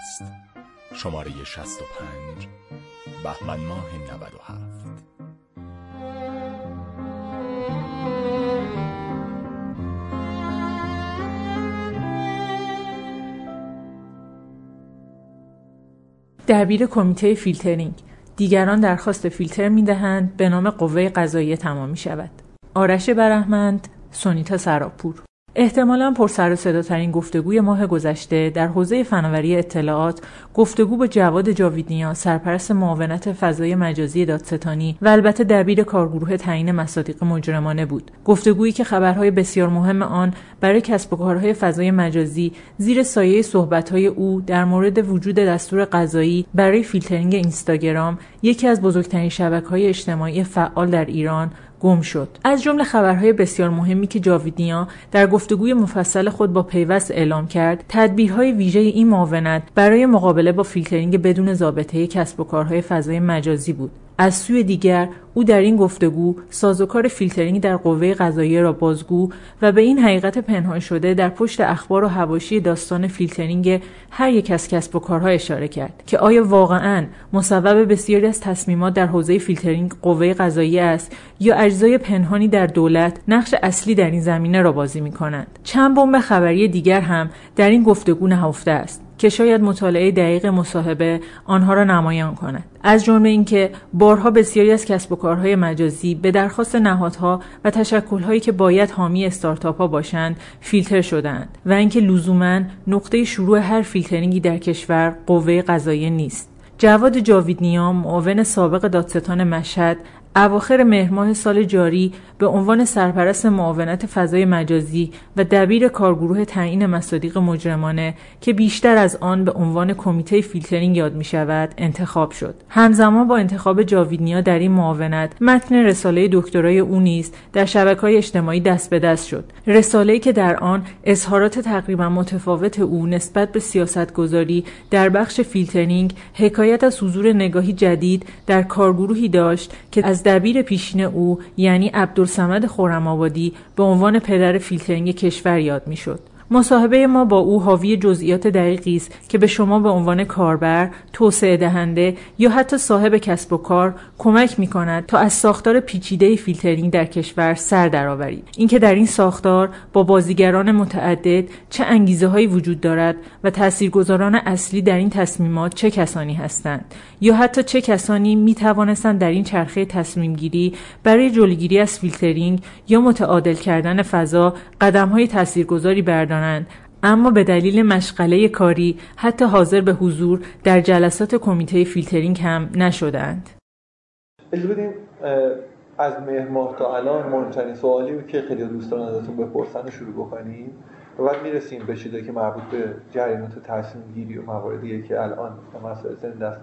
پادکست شماره 65 بهمن ماه 97. دبیر کمیته فیلترینگ: دیگران درخواست فیلتر می‌دهند به نام قوه قضاییه تمام می‌شود. آرش برهمند، سونیتا سراپور. احتمالاً پر سر و صداترین گفتگوی ماه گذشته در حوزه فناوری اطلاعات گفتگو با جواد جاویدنیا، سرپرست معاونت فضای مجازی دادستانی و البته دبیر کارگروه تعیین مصادیق مجرمانه بود. گفتگویی که خبرهای بسیار مهم آن برای کسب و کارهای فضای مجازی زیر سایه صحبت‌های او در مورد وجود دستور قضایی برای فیلترینگ اینستاگرام، یکی از بزرگترین شبکه‌های اجتماعی فعال در ایران، گم شد. از جمله خبرهای بسیار مهمی که جاویدنیا در گفتگوی مفصل خود با پیوست اعلام کرد، تدبیرهای ویژه این معاونت برای مقابله با فیلترینگ بدون ضابطه کسب و کارهای فضای مجازی بود. از سوی دیگر او در این گفتگو سازوکار فیلترینگ در قوه قضاییه را بازگو و به این حقیقت پنهان شده در پشت اخبار و حواشی داستان فیلترینگ هر یک از کسب و کارها اشاره کرد که آیا واقعاً مسبب بسیاری از تصمیمات در حوزه فیلترینگ قوه قضاییه است یا اجزای پنهانی در دولت نقش اصلی در این زمینه را بازی می‌کنند. چند بمب خبری دیگر هم در این گفتگو نهفته است که شاید مطالعه دقیق مصاحبه آنها را نمایان کند. از جمله اینکه بارها بسیاری از کسب و کارهای مجازی به درخواست نهادها و تشکل‌هایی که باید حامی استارتاپ‌ها باشند فیلتر شدند و اینکه لزوماً نقطه شروع هر فیلترینگی در کشور قوه قضاییه نیست. جواد جاویدنیا، معاون سابق دادستان مشهد، اواخر مهر ماه سال جاری به عنوان سرپرست معاونت فضای مجازی و دبیر کارگروه تعیین مصادیق مجرمانه که بیشتر از آن به عنوان کمیته فیلترینگ یاد می شود انتخاب شد. همزمان با انتخاب جاویدنیا در این معاونت، متن رساله دکترای او نیز در شبکه‌های اجتماعی دست به دست شد. رساله‌ای که در آن اظهارات تقریبا متفاوت او نسبت به سیاستگذاری در بخش فیلترینگ حکایت از حضور نگاهی جدید در کارگروهی داشت که از دبیر پیشین او یعنی عبدالصمد خرم‌آبادی به عنوان پدر فیلترینگ کشور یاد می‌شد. مصاحبه ما با او حاوی جزئیات دقیقی است که به شما به عنوان کاربر، توسعه دهنده یا حتی صاحب کسب و کار کمک می‌کند تا از ساختار پیچیده فیلترینگ در کشور سر درآورید. اینکه در این ساختار با بازیگران متعدد چه انگیزه‌هایی وجود دارد و تاثیرگذاران اصلی در این تصمیمات چه کسانی هستند یا حتی چه کسانی می‌توانستند در این چرخه تصمیم‌گیری برای جلوگیری از فیلترینگ یا متعادل کردن فضا قدم‌های تاثیرگذاری بردارند، اما به دلیل مشغله کاری حتی حاضر به حضور در جلسات کمیته فیلترینگ هم نشدند. اجازه بدین از مهر ماه تا الان مهمترین سوالی که خیلی دوستان ازتون بپرسن رو شروع بکنیم و بعد میرسیم به چیزایی که مربوط به جریانات تصمیم گیری و مواردیه که الان مسائل زنده است.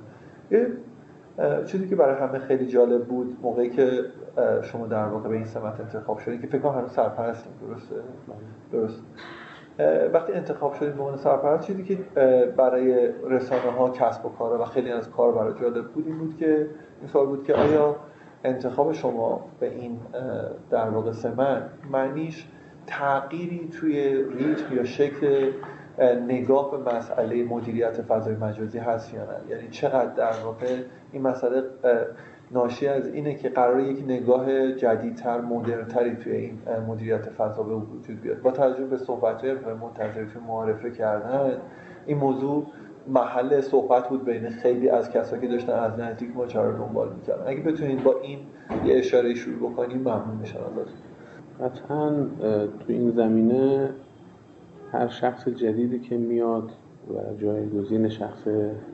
چیزی که برای همه خیلی جالب بود موقعی که شما در واقع به این سمت انتخاب شدید که فکر کنم هنوز سرپرستین، درست؟ وقتی انتخاب شدید به عنوان سرپرست، چیزی که برای رسانه‌ها، کسب و کارها و خیلی از کاربرا جالب بود این بود که این سوال بود که آیا انتخاب شما به این در واقع سمت معنیش تغییری توی ریتم یا شکل نگاه به مسئله مدیریت فضای مجازی هست یا نه؟ یعنی چقدر در واقع این مسئله ناشی از اینه که قراره یک نگاه جدیدتر، مدرن‌تری توی این مدیریت فضا به وجود بیاد. با توجه به صحبت‌های منتظری توی معارفه کردن، این موضوع محل صحبت بود بین خیلی از کسایی که داشتن از نزدیک ماجرا رو دنبال می‌کردن. اگه بتونید با این یه اشاره شروع بکنید ممنون میشم ازتون. قطعاً تو این زمینه هر شخص جدیدی که میاد و جایگزین شخص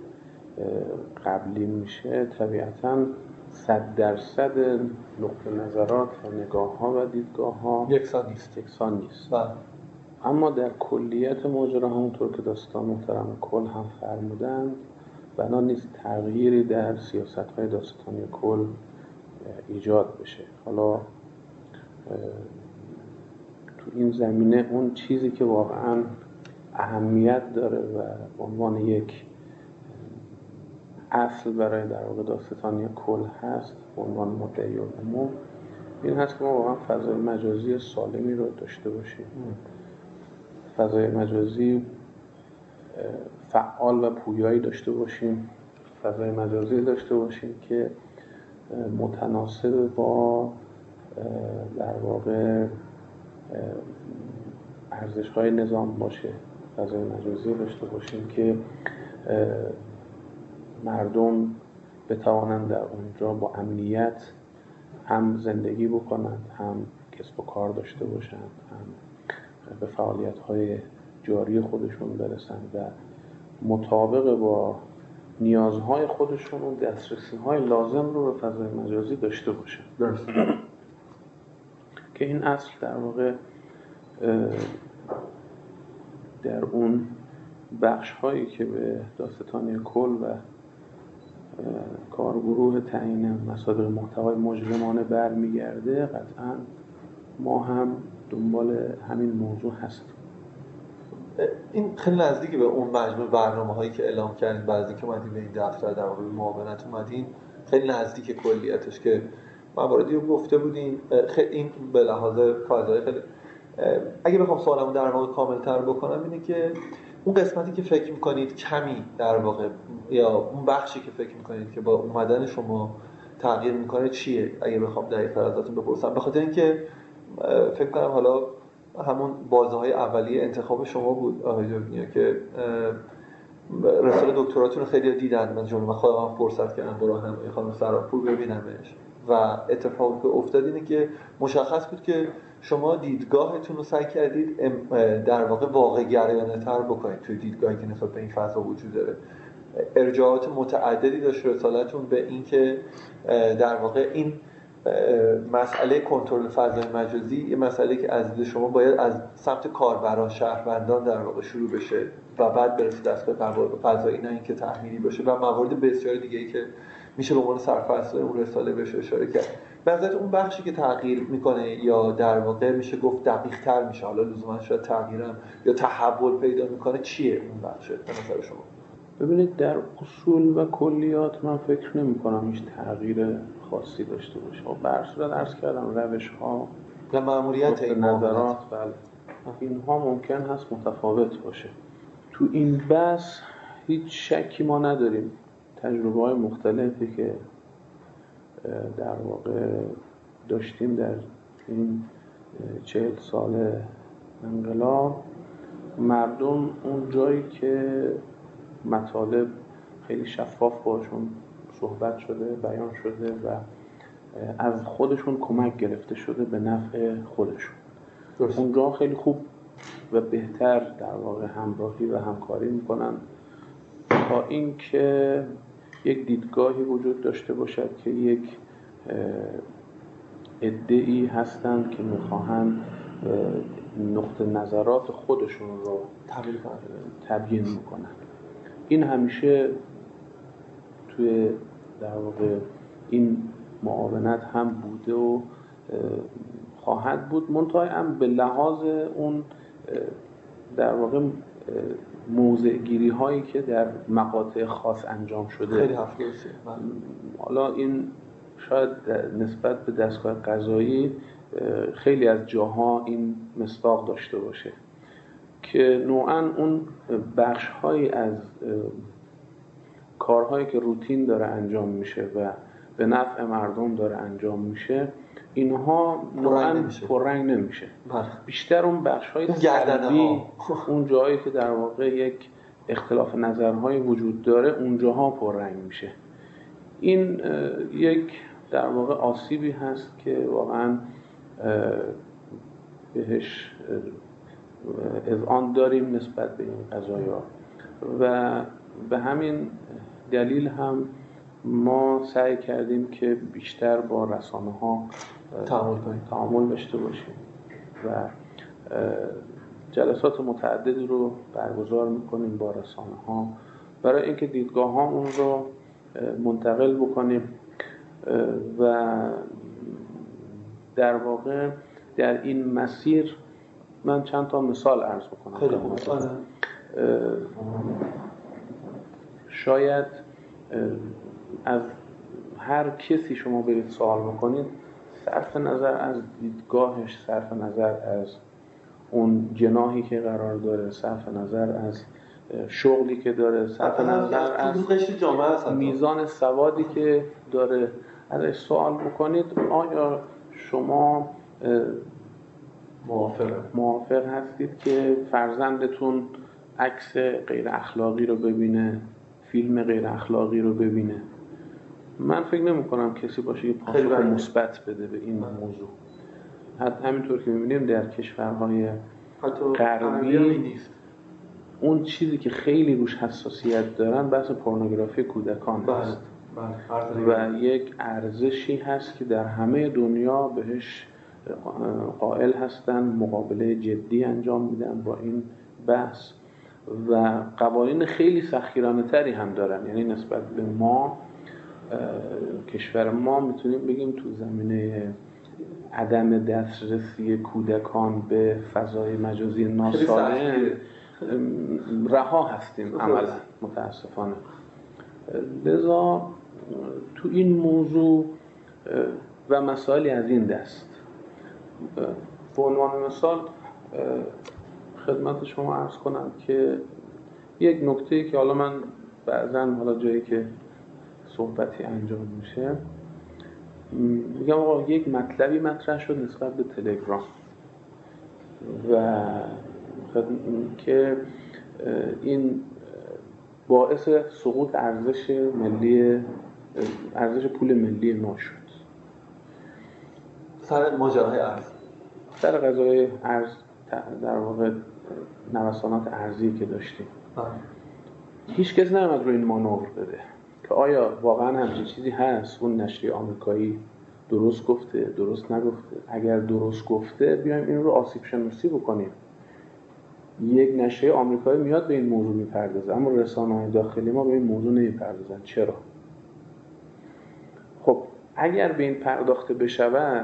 قبلی میشه طبیعتاً 100% نقطه نظرات و نگاه‌ها و دیدگاه‌ها یکسان نیست. اما در کلیت ماجرا همونطور که داستان محترم کل هم فرمودن بنا نیست تغییری در سیاست‌های داستانی کل ایجاد بشه. حالا تو این زمینه اون چیزی که واقعاً اهمیت داره و به عنوان یک اصل برای در واقع داستانی کل هست به عنوان مدعی العموم این هست که ما واقعا فضای مجازی سالمی رو داشته باشیم. فضای مجازی فعال و پویایی داشته باشیم، فضای مجازی داشته باشیم که متناسب با در واقع ارزش‌های نظام باشه. فضای مجازی داشته باشیم که مردم بتوانند در اونجا با امنیت هم زندگی بکنند، هم کسب و کار داشته باشند، هم به فعالیت‌های جاری خودشون برسند و مطابق با نیازهای خودشون و دسترسی‌های لازم رو به فضای مجازی داشته باشند. که این اصل در واقع در اون بخش‌هایی که به دادستانی کل و کارگروه تعیین مصادیق محتوای مجرمانه برمیگرده، قطعاً ما هم دنبال همین موضوع هستیم. این خیلی نزدیک به اون مجموع برنامه‌هایی که اعلام کردین بعضی که اومدین به این دفتر در واقع معاونت اومدین، خیلی نزدیک کلیتش که مواردی رو گفته بودین. خیلی این به لحاظ فضای خیلی اگه بخوام سوالمو در واقع کامل‌تر بکنم اینه که اون قسمتی که فکر می‌کنید کمی در واقع یا اون بخشی که فکر می‌کنید که با اومدن شما تغییر می‌کنه چیه؟ اگه بخوام دقیق‌تر ازتون بپرسم، به خاطر اینکه فکر کنم حالا همون بازه‌های اولیه انتخاب شما بود آقای جوگنیا که رساله دکتراتون رو خیلی دیدن، من جمله خودم فرصت کردم با راهنمایی خانم سراپور ببینمش و اتفاقی که افتاد اینه که مشخص بود که شما دیدگاهتون رو سعی کردید در واقع واقع گرایانه‌تر بکنید توی دیدگاهی که نسبت به این فضا وجود داره. ارجاعات متعددی داشت رسالتون به این که در واقع این مسئله کنترل فضای مجازی یه مسئله که از دید شما باید از سمت کاربران، شهروندان در واقع شروع بشه و بعد برسه دستگاه قضایی، نه اینکه تحمیلی باشه و موارد بسیار دیگه‌ای که میشه به عنوان سرفصل اون رساله بهش اشاره کرد. به نظرت اون بخشی که تغییر میکنه یا در واقع میشه گفت دقیق‌تر میشه، حالا لزوما شاید تغییرم یا تحول پیدا میکنه، چیه اون بخشه به نظر شما؟ ببینید در اصول و کلیات من فکر نمی‌کنم هیچ تغییر خاصی داشته باشه. به هر صورت عرض کردم روش‌ها و مأموریت این نظرات اینها ممکن هست متفاوت باشه. تو این بحث هیچ شکی ما نداریم. تجربه‌های مختلفی که در واقع داشتیم در این 40 سال انقلاب، مردم اون جایی که مطالب خیلی شفاف باشون صحبت شده، بیان شده و از خودشون کمک گرفته شده به نفع خودشون، اونجا خیلی خوب و بهتر در واقع همراهی و همکاری میکنن تا اینکه یک دیدگاهی وجود داشته باشد که یک عده‌ای هستند که میخواهند نقطه نظرات خودشون رو تبیین میکنن. این همیشه توی در واقع این معاونت هم بوده و خواهد بود، منتها هم به لحاظ اون در واقع موضع گیری هایی که در مقاطع خاص انجام شده. خیلی حفظه. حالا این شاید نسبت به دستگاه قضایی خیلی از جاها این مصداق داشته باشه که نوعاً اون بخش هایی از کارهایی که روتین داره انجام میشه و به نفع مردم داره انجام میشه، اینها نوعاً پررنگ نمیشه. بیشتر اون بخش‌های سلبی، اون جایی که در واقع یک اختلاف نظرهای وجود داره، اونجاها پررنگ میشه. این یک در واقع آسیبی هست که واقعاً بهش اذعان داریم نسبت به این قضایا و به همین دلیل هم ما سعی کردیم که بیشتر با رسانه‌ها تعامل داشته باشیم و جلسات متعددی رو برگزار می‌کنیم با رسانه‌ها برای اینکه دیدگاه‌هامون رو منتقل بکنیم و در واقع در این مسیر من چند تا مثال عرض بکنم. خیلی خوب. شاید از هر کسی شما برید سوال بکنید، صرف نظر از دیدگاهش، صرف نظر از اون جناحی که قرار داره، صرف نظر از شغلی که داره، صرف نظر از میزان سوادی که داره، ازش سوال بکنید آیا شما موافق هستید که فرزندتون عکس غیر اخلاقی رو ببینه، فیلم غیر اخلاقی رو ببینه؟ من فکر نمی کنم کسی باشه که پاسخ مثبت بده به این موضوع. همینطور که می‌بینیم در کشورهای غربی اون چیزی که خیلی روش حساسیت دارن بحث پورنوگرافی کودکان هست و یک ارزشی هست که در همه دنیا بهش قائل هستن، مقابله جدی انجام میدن با این بحث و قوانین خیلی سختگیرانه تری هم دارن. یعنی نسبت به ما، کشور ما میتونیم بگیم تو زمینه عدم دسترسی کودکان به فضای مجازی ناسالم رها هستیم عملا متاسفانه. لذا تو این موضوع و مسائلی از این دست به عنوان مثال خدمت شما عرض کنم که یک نکته‌ای که حالا من بعضا جایی که صحبتی انجام میشه میگم آقا یک مطلبی مطرح شد نسبت به تلگرام و که این باعث سقوط ارزش پول ملی ما شد سر ماجرای ارز، سر قضای ارز، در واقع نوسانات ارزی که داشتیم. هیچ کس نمیاد روی این مانور بده که آیا واقعا همچین چیزی هست، اون نشریه آمریکایی درست گفته، درست نگفته. اگر درست گفته بیایم این رو آسیب شناسی بکنیم. یک نشریه آمریکایی میاد به این موضوع میپردازه اما رسانه‌های داخلی ما به این موضوع نمیپردازن. چرا؟ خب اگر به این پرداخته بشود،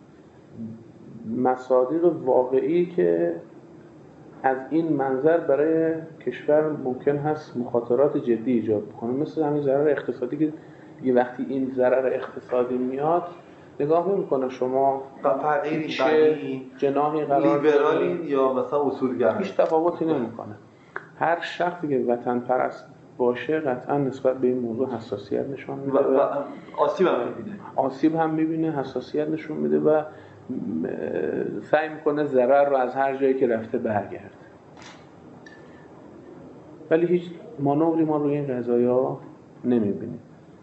مصادیق واقعی که از این منظر برای کشور ممکن هست مخاطرات جدی ایجاد بکنه، مثل همین ضرر اقتصادی که دیگه وقتی این ضرر اقتصادی میاد نگاه نمی‌کنه شما چه جناحی قرار لیبرالین یا مثلا اصولگرا، هیچ تفاوتی نمی‌کنه. هر شخصی که وطن پرست باشه قطعا نسبت به این موضوع حساسیت نشون میده و آسیب هم می‌بینه، حساسیت نشون میده و سعی میکنه ضرر رو از هر جایی که رفته برگرده. ولی هیچ مانوری ما روی این قضایا نمیبینیم.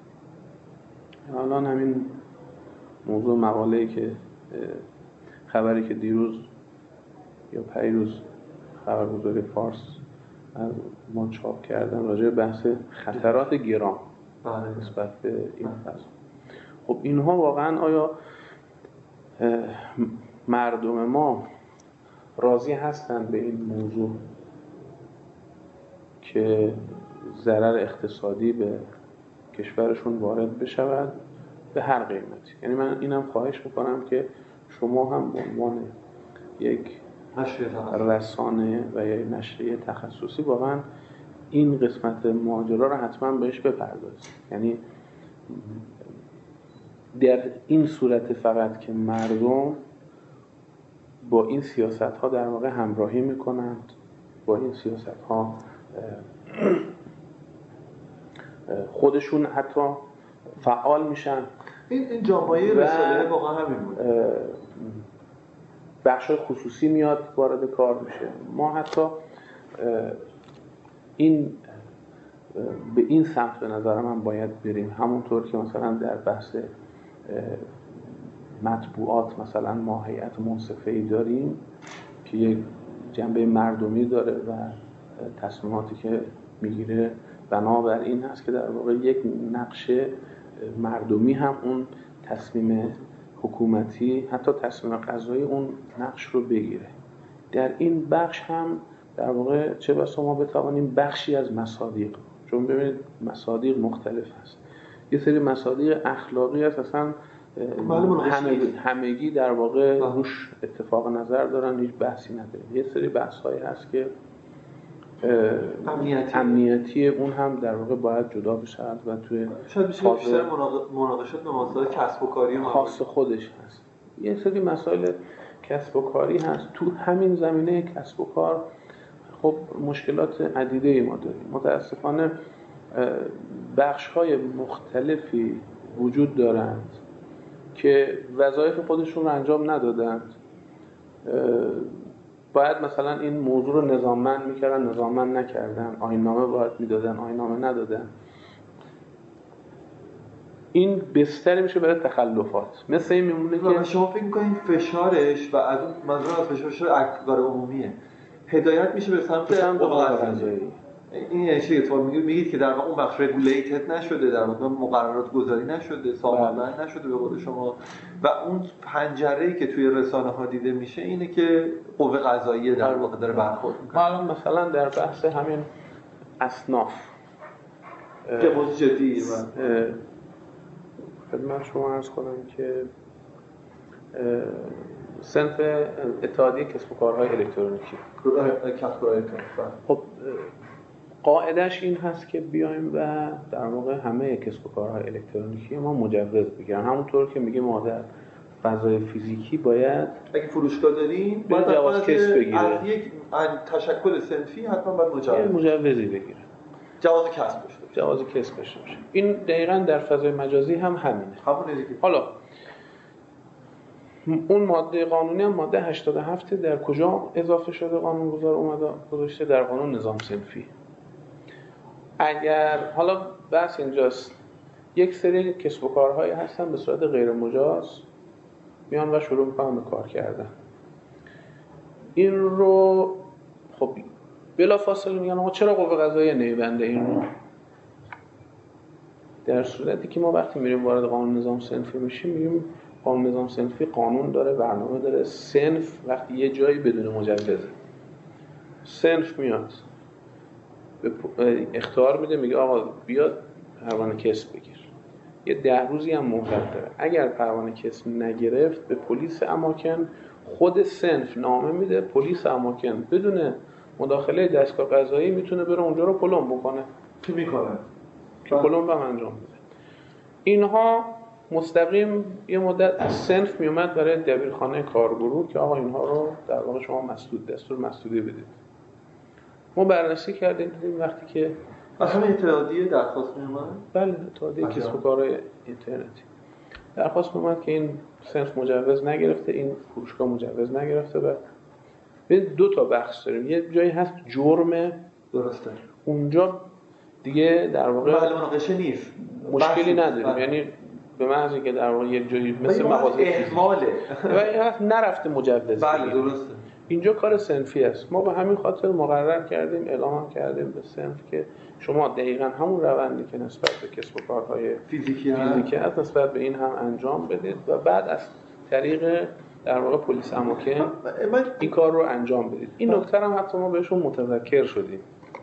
الان همین موضوع مقاله‌ای که خبری که دیروز یا پیروز خبرگزاری فارس از ما چاپ کردن راجع به بحث خطرات گران نسبت به این فضا. خب اینها واقعا آیا مردم ما راضی هستند به این موضوع که ضرر اقتصادی به کشورشون وارد بشود به هر قیمتی؟ یعنی من اینم خواهش میکنم که شما هم به عنوان یک رسانه و یک نشریه تخصصی واقعا این قسمت ماجرا رو حتما بهش بپردازید. یعنی در این صورت فقط که مردم با این سیاست‌ها در واقع همراهی میکنند، با این سیاست‌ها خودشون حتی فعال میشن. این جامعه رساله واقعا همین بود. بخش خصوصی میاد وارد کار میشه. ما حتی این به این سمت به نظر من باید بریم. همونطور که مثلا در بحث مطبوعات مثلا ما هیئت منصفه‌ای داریم که یک جنبه مردمی داره و تصمیماتی که میگیره بنابر این هست که در واقع یک نقش مردمی هم اون تصمیم حکومتی، حتی تصمیم قضایی اون نقش رو بگیره. در این بخش هم در واقع چه بسا ما بتوانیم بخشی از مصادیق، چون ببینید مصادیق مختلف هست. یه سری مصادیق اخلاقی هست اصلا همگی در واقع روش اتفاق نظر دارن، هیچ بحثی نداره. یه سری بحث‌هایی هست که امنیتی اون هم در واقع باید جدا بشه و توی شاید بیشتر مناقشات به مسائل کسب و کاری خاص خودش هست. یه سری مسائل کسب و کاری هست. تو همین زمینه کسب و کار خب مشکلات عدیده‌ای ما داریم. متاسفانه بخش‌های مختلفی وجود دارند که وظایف خودشون رو انجام ندادند. باید مثلا این موضوع رو نظاممند میکردن، نظاممند نکردن، آیین‌نامه باید میدادن، آیین‌نامه ندادن. این بستری میشه برای تخلفات. مثل این میمونه که شما فکر می‌کنید فشارش و از اون منظور از فشار کار عمومیه هدایت میشه به سمت قوه قضاییه. این یعنی چی؟ تو میگید که در واقع اون بخش رگولیتد نشده، در واقع مقررات گذاری نشده، سامان‌بند نشده به قول شما، و اون پنجره‌ای که توی رسانه‌ها دیده میشه اینه که قوه قضاییه در واقع داره برخورد میکنه. ما الان مثلا در بحث همین اصناف که موضوع جدیه خدمت شما عرض کنم که صنف اتحادیه کسب و کارهای الکترونیکی خب قاعدش این هست که بیایم و در واقع همه کسب و کارهای الکترونیکی ما مجوز بگیرن. همونطور که میگه ما در فضای فیزیکی باید اگه فروشگاه داریم باید جواز کسب بگیره، از یک تشکل صنفی حتما باید مجوزی بگیره، جواز کسب بشه، جواز کسب بشه. این دقیقاً در فضای مجازی هم همینه. حالا اون ماده قانونی هم ماده 87 در کجا اضافه شده؟ قانونگذار اومده گذاشته در قانون نظام صنفی. اگر حالا بحث اینجاست، یک سری کسب و کارهایی هستن به صورت غیر مجاز میان و شروع میکنن به کار کردن. این رو خب بلافاصله میگن آقا چرا قوه قضاییه نمیبنده این رو؟ در صورتی که ما وقتی میریم وارد قانون نظام صنفی میشیم میگیم قانون نظام صنفی قانون داره، برنامه داره. صنف وقتی یه جایی بدون مجوزه، صنف میاد اختیار میده، میگه آقا بیاد پروانه کسب بگیر. یه 10 روزی هم مهلت داره. اگر پروانه کسب نگرفت به پلیس اماکن خود صنف نامه میده. پلیس اماکن بدون مداخله دستگاه قضایی میتونه بره اونجا رو پلم بکنه. چی میکنه؟ که پلم هم انجام میده. اینها مستقیم یه مدت از صنف میومد برای دبیرخانه کارگروه که آقا اینها رو در واقع شما مسدود، دستور مسدودی بدید. ما بررسی کردیم وقتی که اصلا اتحادیه درخواست میومد؟ بله، اتحادیه کسب و کارهای اینترنتی درخواست میومد که این صنف مجوز نگرفته، این فروشگاه مجوز نگرفته. و دو تا بخش داریم. یه جایی هست جرم، درسته، اونجا دیگه در واقع مناقشه نیست، مشکلی نداریم. یعنی به محض اینکه در واقع یه جایی مثل مغازه احماله و این نرفته مجوز. بله درسته. اینجا کار صنفی است. ما به همین خاطر مقرر کردیم، اعلام کردیم به صنف که شما دقیقاً همون روندی که نسبت به کسب و کارهای فیزیکی هست نسبت به این هم انجام بدید و بعد از طریق در واقع پلیس اماکن این کار رو انجام بدید. این نکته هم حتی ما بهشون متذکر شدیم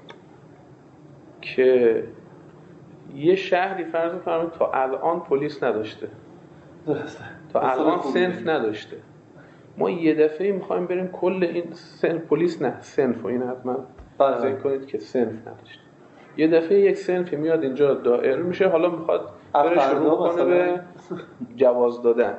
که یه شهری فرض کنید تا الان پلیس نداشته، درسته، تا الان صنف نداشته. ما یه دفعه می‌خوایم بریم کل این صنف، پلیس نه صنف، و این حتما ذکر کنید که صنف نداشته. یه دفعه یک صنفی میاد اینجا دائر میشه، حالا میخواد بره شروع کنه به جواز دادن.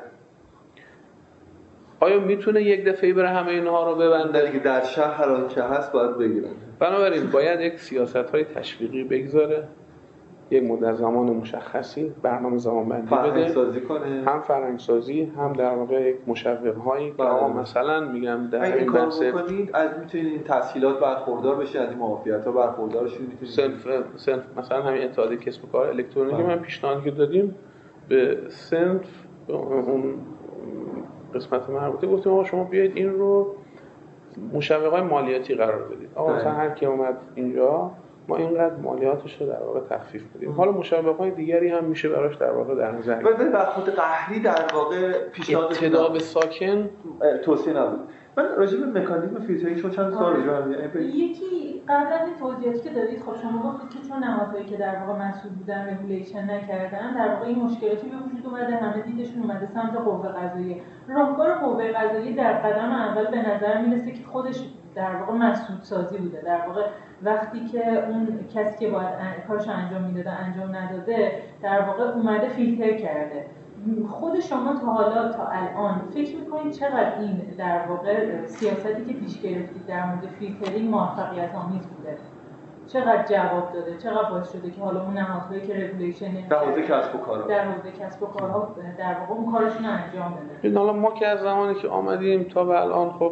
آیا میتونه یک دفعه بره همه اینها رو ببنده؟ دیگه در شهر هر آنچه هست باید بگیرن. بنابراین باید یک سیاست‌های تشویقی بگذاره، یک مدت زمان مشخصی برنامه زمانبندی بده، هم فرهنگسازی هم در واقع یک مشوق‌هایی که مثلا میگم در این کار بکنید از میتونید این تسهیلات برخوردار بشه، از این معافیت‌ها برخوردار شید. میتونید صنف مثلا همین اتحادیه کسب و کار الکترونیکی من پیشنهاد دادیم به صنف، اون قسمت مربوطه گفتیم آقا شما بیایید این رو مشوق‌های مالیاتی قرار بدید. آقا مثلا هر کی اومد اینجا ما اینقدر مالیاتش رو در واقع تخفیف بدیم. حالا مشابه‌های دیگری هم میشه براش در واقع در نظر گرفت. ولی برخورد قهری در واقع پیشنهاد ابتدا به ساکن توصیه نبود. من راجع به مکانیزم فیلترینگ چون چند سوال یکی قبلا توضیحاتی که دادید، خب شما گفتید که چون نهادهایی که در واقع مسئول بودن رگولیشن نکردن در واقع این مشکلاتی به وجود اومده، همه دیدشون اومده سمت قوه قضاییه. راهکار قوه قضاییه در قدم اول به نظر میرسه که خودش در واقع مسئول سازی بوده. در واقع وقتی که اون کسی که باید کارش انجام میداده انجام نداده، در واقع اومده فیلتر کرده خود شما تا الان فکر میکنید چقدر این در واقع سیاستی که پیش گرفتید در مورد فیلترینگ موفقیت آمیز بوده؟ چقدر جواب داده؟ چقدر باعث شده که حالا اون نهادهایی که رگولیشن در حوزه کسب و کارها در واقع اون کارشون انجام بده؟ حالا ما که از زمانی که آمدیم تا به الان خب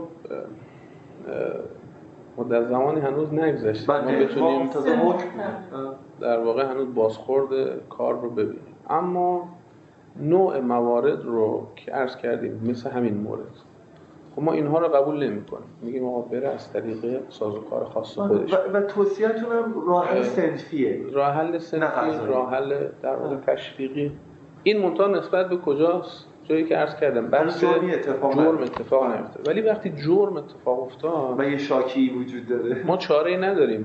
در زمانی هنوز نگذشته ما بتونیم در واقع هنوز بازخورد کار رو ببینیم، اما نوع موارد رو که عرض کردیم مثل همین مورد خب ما اینها رو قبول نمی‌کنیم، میگیم آقا بره از طریق سازوکار خاص خودش و توصیه‌تون هم راه حل صنفیه، راه حل در واقع تشویقی. این منتها نسبت به کجاست؟ جایی که عرض کردم بحث جرم اتفاق نیفتاد، ولی وقتی جرم اتفاق افتاد و یه شاکی وجود داره ما چاره‌ای نداریم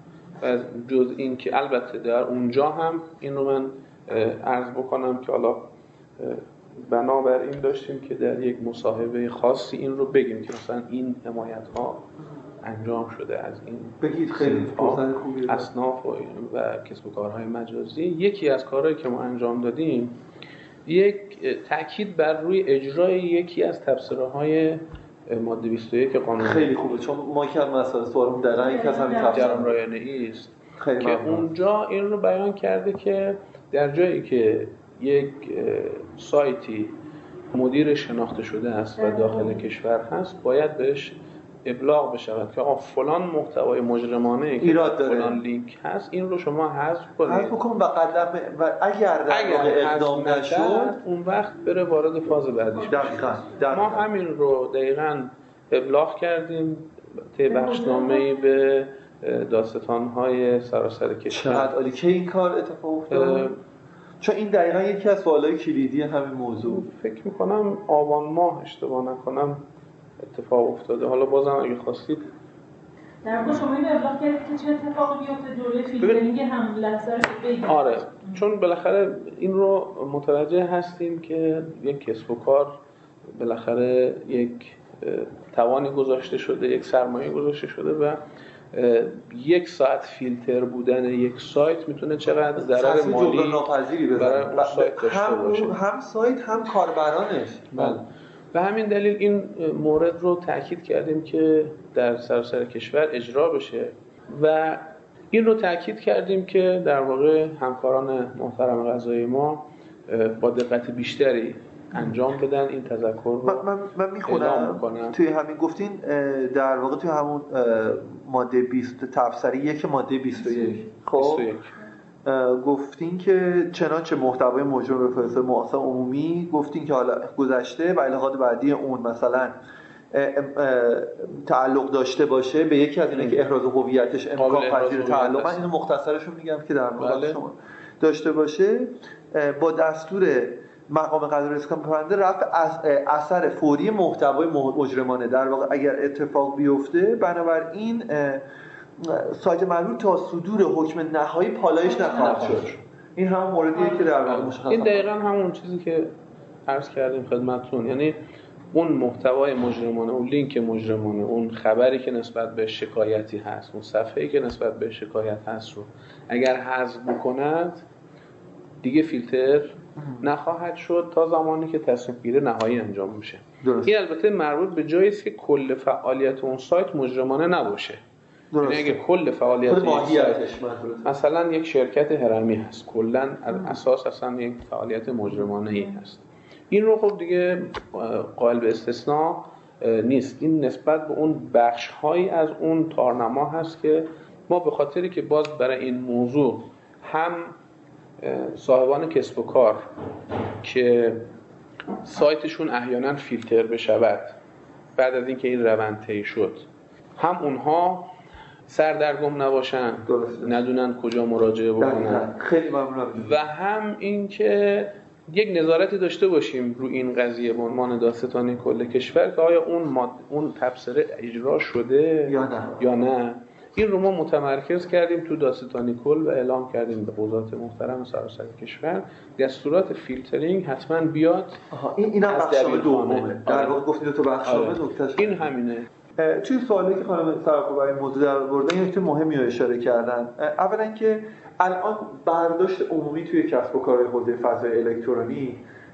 جز این که البته در اونجا هم این رو من عرض بکنم که حالا بنابراین داشتیم که در یک مصاحبه خاصی این رو بگیم که مثلا این حمایت‌ها انجام شده از این بگید، خیلی خوبیه، اصناف و کسب و کارهای مجازی. یکی از کارهایی که ما انجام دادیم یک تاکید بر روی اجرای یکی از تبصره‌های ماده 21 قانون خیلی خوبه، چون ما که مسئله سوالمون دقیقاً یک از همین جرم رایانه‌ای است که اونجا این رو بیان کرده که در جایی که یک سایتی مدیر شناخته شده است و داخل کشور هست باید بهش ابلاغ بشود که آقا فلان محتوای مجرمانه که فلان لینک هست این رو شما حذف کنید و اگر اقدام نشد اون وقت بره وارد فاز بعدیش بشه. ما همین رو دقیقاً ابلاغ کردیم طی بخشنامه‌ای به دادستان‌های سراسر کشور. چقدر عالی که این کار اتفاق افتاد، چون این دقیقاً یکی از سوالای کلیدی همین موضوع. فکر می‌کنم آبان ماه اشتباه نکنم اتفاق افتاده. حالا بازم اگه خواستید در واقع شما اینو ابلاغ کردید که چه اتفاقی بیفته دوره فیلترینگ هم لحظه رو بگید. آره، چون بالاخره این رو متوجه هستیم که یک کسب و کار بالاخره یک توانی گذاشته شده، یک سرمایه گذاشته شده و یک ساعت فیلتر بودن یک سایت میتونه چقدر ضرر مالی برای اون سایت داشته باشه، هم سایت هم کاربرانش. بله. به همین دلیل این مورد رو تاکید کردیم که در سراسر کشور اجرا بشه و این رو تاکید کردیم که در واقع همکاران محترم قضایی ما با دقت بیشتری انجام بدن این تذکر رو. من میخونم توی همین گفتین در واقع توی همون ماده 20 تبصره 1 ماده 21 خب گفتین که چنانچه محتوای مجرم به فرصت مؤسسه عمومی گفتین که حالا گذشته و علاقات بعدی اون مثلا تعلق داشته باشه به یکی از اینا که احراز هویتش امکان پذیر تعلق، من اینو مختصرشو میگم که در مورد شما داشته باشه، با دستور مقام قضایی اسکان پرونده رفع اثر فوری محتوای مجرمانه در واقع اگر اتفاق بیفته، بنابراین سایت معلول تا صدور حکم نهایی پالایش نخواهد شد. این هم موردیه که در واقع مشخصه. این دقیقاً همون چیزی که عرض کردیم خدمتتون، یعنی اون محتوای مجرمانه، اون لینک مجرمانه، اون خبری که نسبت به شکایتی هست، اون صفحه‌ای که نسبت به شکایت هست رو اگر حذف بکند دیگه فیلتر نخواهد شد تا زمانی که تصمیم گیری نهایی انجام میشه. این البته مربوط به جایی است که کل فعالیت اون سایت مجرمانه نباشه. یعنی اگه کل فعالیت مثلا یک شرکت هرمی هست کلا از اساس اصلا یک فعالیت مجرمانه ای هست، این رو خب دیگه قائل به استثناء نیست. این نسبت به اون بخش هایی از اون تارنما هست که ما به خاطری که باز برای این موضوع هم صاحبان کسب و کار که سایتشون احیانا فیلتر بشود بعد از اینکه این روند طی شد، هم اونها سردرگم نباشن، ندونن کجا مراجعه بکنن، خیلی ممنونم، و هم این که یک نظارتی داشته باشیم روی این قضیه به عنوان دادستانی کل کشور که آیا اون تبصره اجرا شده یا نه. این رو ما متمرکز کردیم تو دادستانی کل و اعلام کردیم به قضات محترم سراسر کشور دستورات فیلترینگ حتما بیاد. اینم بخش دومه در واقع گفتید تو بخش نکتهش این همینه. توی سوالی که خانم سراپور برای این موضوع در آوردن یک مهمی رو اشاره کردن. اولا که الان برداشت عمومی توی کسب و کارهای حوزه فضای الکترونی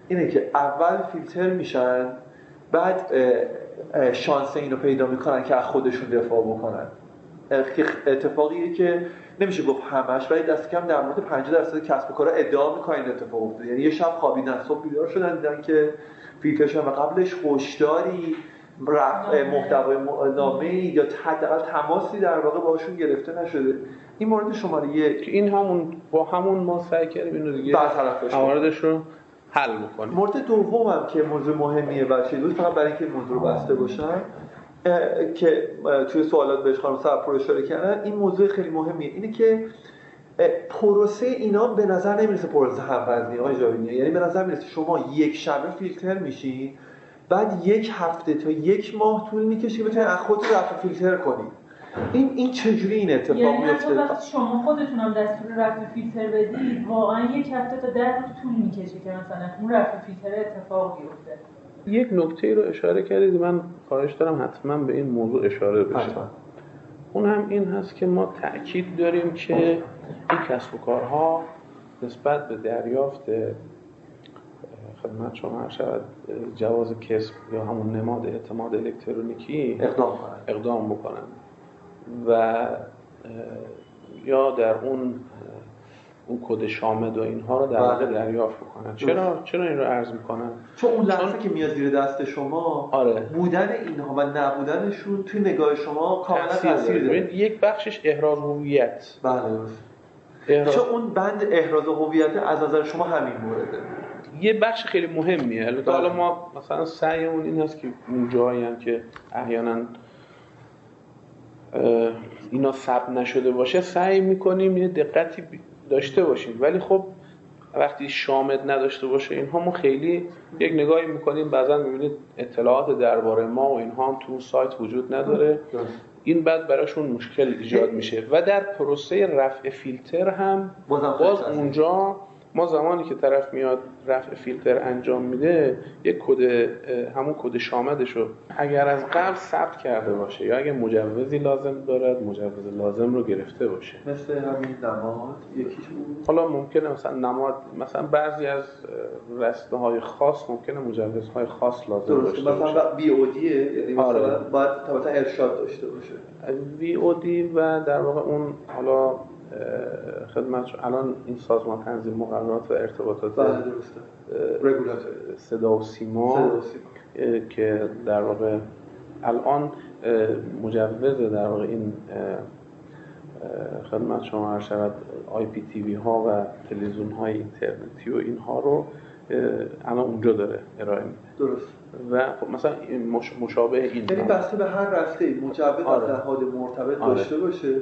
اینه که اول فیلتر میشن، بعد شانس اینو پیدا میکنن که از خودشون دفاع بکنن. اتفاقیه که نمیشه گفت همش، ولی دست کم در مورد 50% کسب و کارها ادعا میکنن این اتفاق افتاده. یعنی یه شب خوابیدن، صبح بیدار شدن دیدن که فیلتر شدن و قبلش هشداری، محتوای نامه‌ای یا حداقل تماسی در واقع باشون گرفته نشده. این مورد شماره 1. این همون ما سعی کردیم اینو دیگه مواردش رو حل بکنیم. مورد دومم که موضوع مهمیه بچه دوست، فقط برای اینکه موضوع رو بسته باشم که توی سوالات بهش خانم سرپور اشاره کردن، این موضوع خیلی مهمیه. اینه که پروسه اینا به نظر نمیرسه پروسه هم‌وزنی آقای جاویدی. یعنی به نظر میرسه شما یک شبه فیلتر میشی، بعد یک هفته تا یک ماه طول میکشه که بتونید از خودتون رفع فیلتر کنید. این چجوری این اتفاق میفته؟ یعنی وقتی شما خودتون هم دستور رفع فیلتر بدید، واقعا یک هفته تا 10 روز طول میکشه که مثلا اون رفع فیلتر اتفاق بیفته. یک نکته رو اشاره کردید، من خواهش دارم حتما به این موضوع اشاره بشه. اون هم این هست که ما تأکید داریم که این کسب و کارها نسبت به دریافت خدمت شما شاید جواز کسب یا همون نماد اعتماد الکترونیکی اقدام بکنن و یا در اون کد شامل و اینها رو در واقع دریافت بکنن. چرا این رو عرض میکنن؟ چون اون لحظه که میاد زیر دست شما، بودن اینها و نبودنشون توی نگاه شما کاملا تاثیر داره. یک بخشش احراز هویت. بله. چون اون بند احراز هویت از نظر شما همین مورده. یه بخش خیلی مهمیه. البته حالا ما مثلا سعیمون این هست که اون جایی هم که احیانا اینا ثبت نشده باشه سعی میکنیم یه دقتی داشته باشیم، ولی خب وقتی شامل نداشته باشه اینها ما خیلی یک نگاهی میکنیم، بعضا میبینید اطلاعات درباره ما و اینها هم تو سایت وجود نداره. این بعد براشون مشکل ایجاد میشه و در پروسه رفع فیلتر هم باز اونجا ما زمانی که طرف میاد رفع فیلتر انجام میده یک همون کد شاملشو اگر از قبل ثبت کرده باشه یا اگه مجوزی لازم دارد مجوز لازم رو گرفته باشه، مثل همین نماد یکیش بود. حالا ممکنه مثلا نماد، مثلا بعضی از رسته‌های خاص ممکنه مجوزهای خاص لازم داشته باشه. مثلا VOD یعنی مثلا باید طبعا ارشاد داشته باشه. VOD و در واقع اون حالا خدمت الان این سازمان تنظیم مقررات و ارتباطات رگولاتور صدا و سیما که در واقع الان مجوز در واقع این خدمت شما عرض شود IPTV ها و تلویزیون های اینترنتی و اینها رو الان اونجا داره ارائه میده. درست. و خب مثلا مشابه این یعنی بسته به هر رسته مجوز از نهاد مرتبط داشته باشه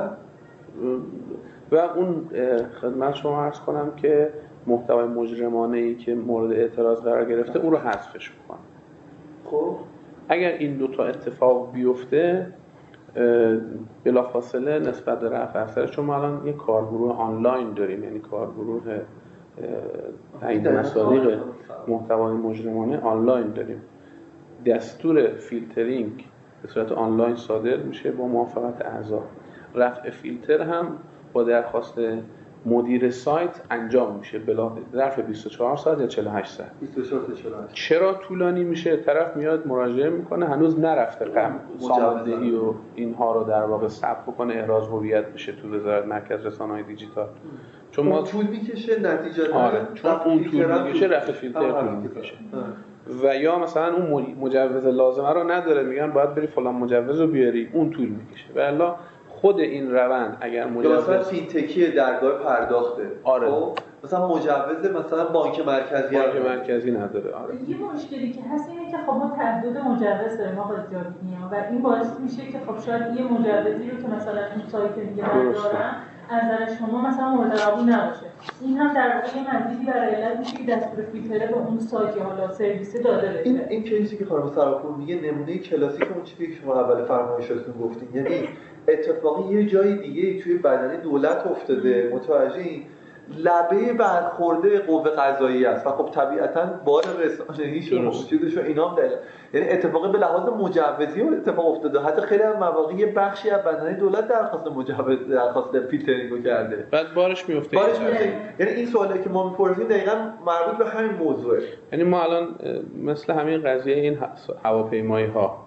و اون خدمت شما عرض کنم که محتوای مجرمانه‌ای که مورد اعتراض قرار گرفته اون رو حذفش بکنه. خب اگر این دوتا اتفاق بیفته بلافاصله نسبت به رفع اثر، چون ما الان یک کارگروه آنلاین داریم، یعنی کارگروه تایید مصادیق محتوای مجرمانه آنلاین داریم. دستور فیلترینگ به صورت آنلاین صادر میشه با موافقت اعضا. رفع فیلتر هم با درخواست مدیر سایت انجام میشه بلا ظرف 24 ساعت یا 48 ساعت. 24 تا 48. چرا طولانی میشه؟ طرف میاد مراجعه میکنه هنوز نرفته قبل ساماندهی و اینها رو در واقع ثبت بکنه، احراز هویت بشه تو وزارت مرکز رسانه‌های دیجیتال. چون ما طول میکشه نتیجه چون اون طول میکشه رفع فیلتر طول میکشه. و یا مثلا اون مجوز لازمه رو نداره، میگن باید بری فلان مجوز رو بیاری، اون طول میکشه. والا خود این روند اگر مجوز مثلا فینتکی درگاه پرداخته خب مثلا مجوز مثلا بانک مرکزی نداره. یه مشکلی که هست اینه که خب ما تعدد مجوز داریم آقای جاویدنیا و این باعث میشه که خب شاید یه مجوزی رو که مثلا اون سایت دیگه ندارن از نظر شما مثلا مورد قبول نباشه. این هم در واقع یه مزیدی برای علت میشه که دستور فیلتر به اون سایت یا حالا سرویس داده بشه. این کیسی که خانم سراپور میگه نمونه کلاسیک اون چیزی که شما اول فرمایشاتتون گفتین، یعنی اتفاقی یه جای دیگه توی بدنه دولت افتاده، متوجهین؟ لبه برخورده قوه قضاییه است و خب طبیعتاً بار رسانه‌ایش و موجودش و اینا هم داره. یعنی اتفاقی به لحاظ مجوزی اتفاق افتاده. حتی خیلی از مواقع یه بخشی از بدنه دولت درخواست فیلترینگو کرده. بعد بارش میفته. یعنی این سوالی که ما می‌پرسیم دقیقاً مربوط به همین موضوعه. یعنی ما الان مثل همین قضیه این هواپیمایی‌ها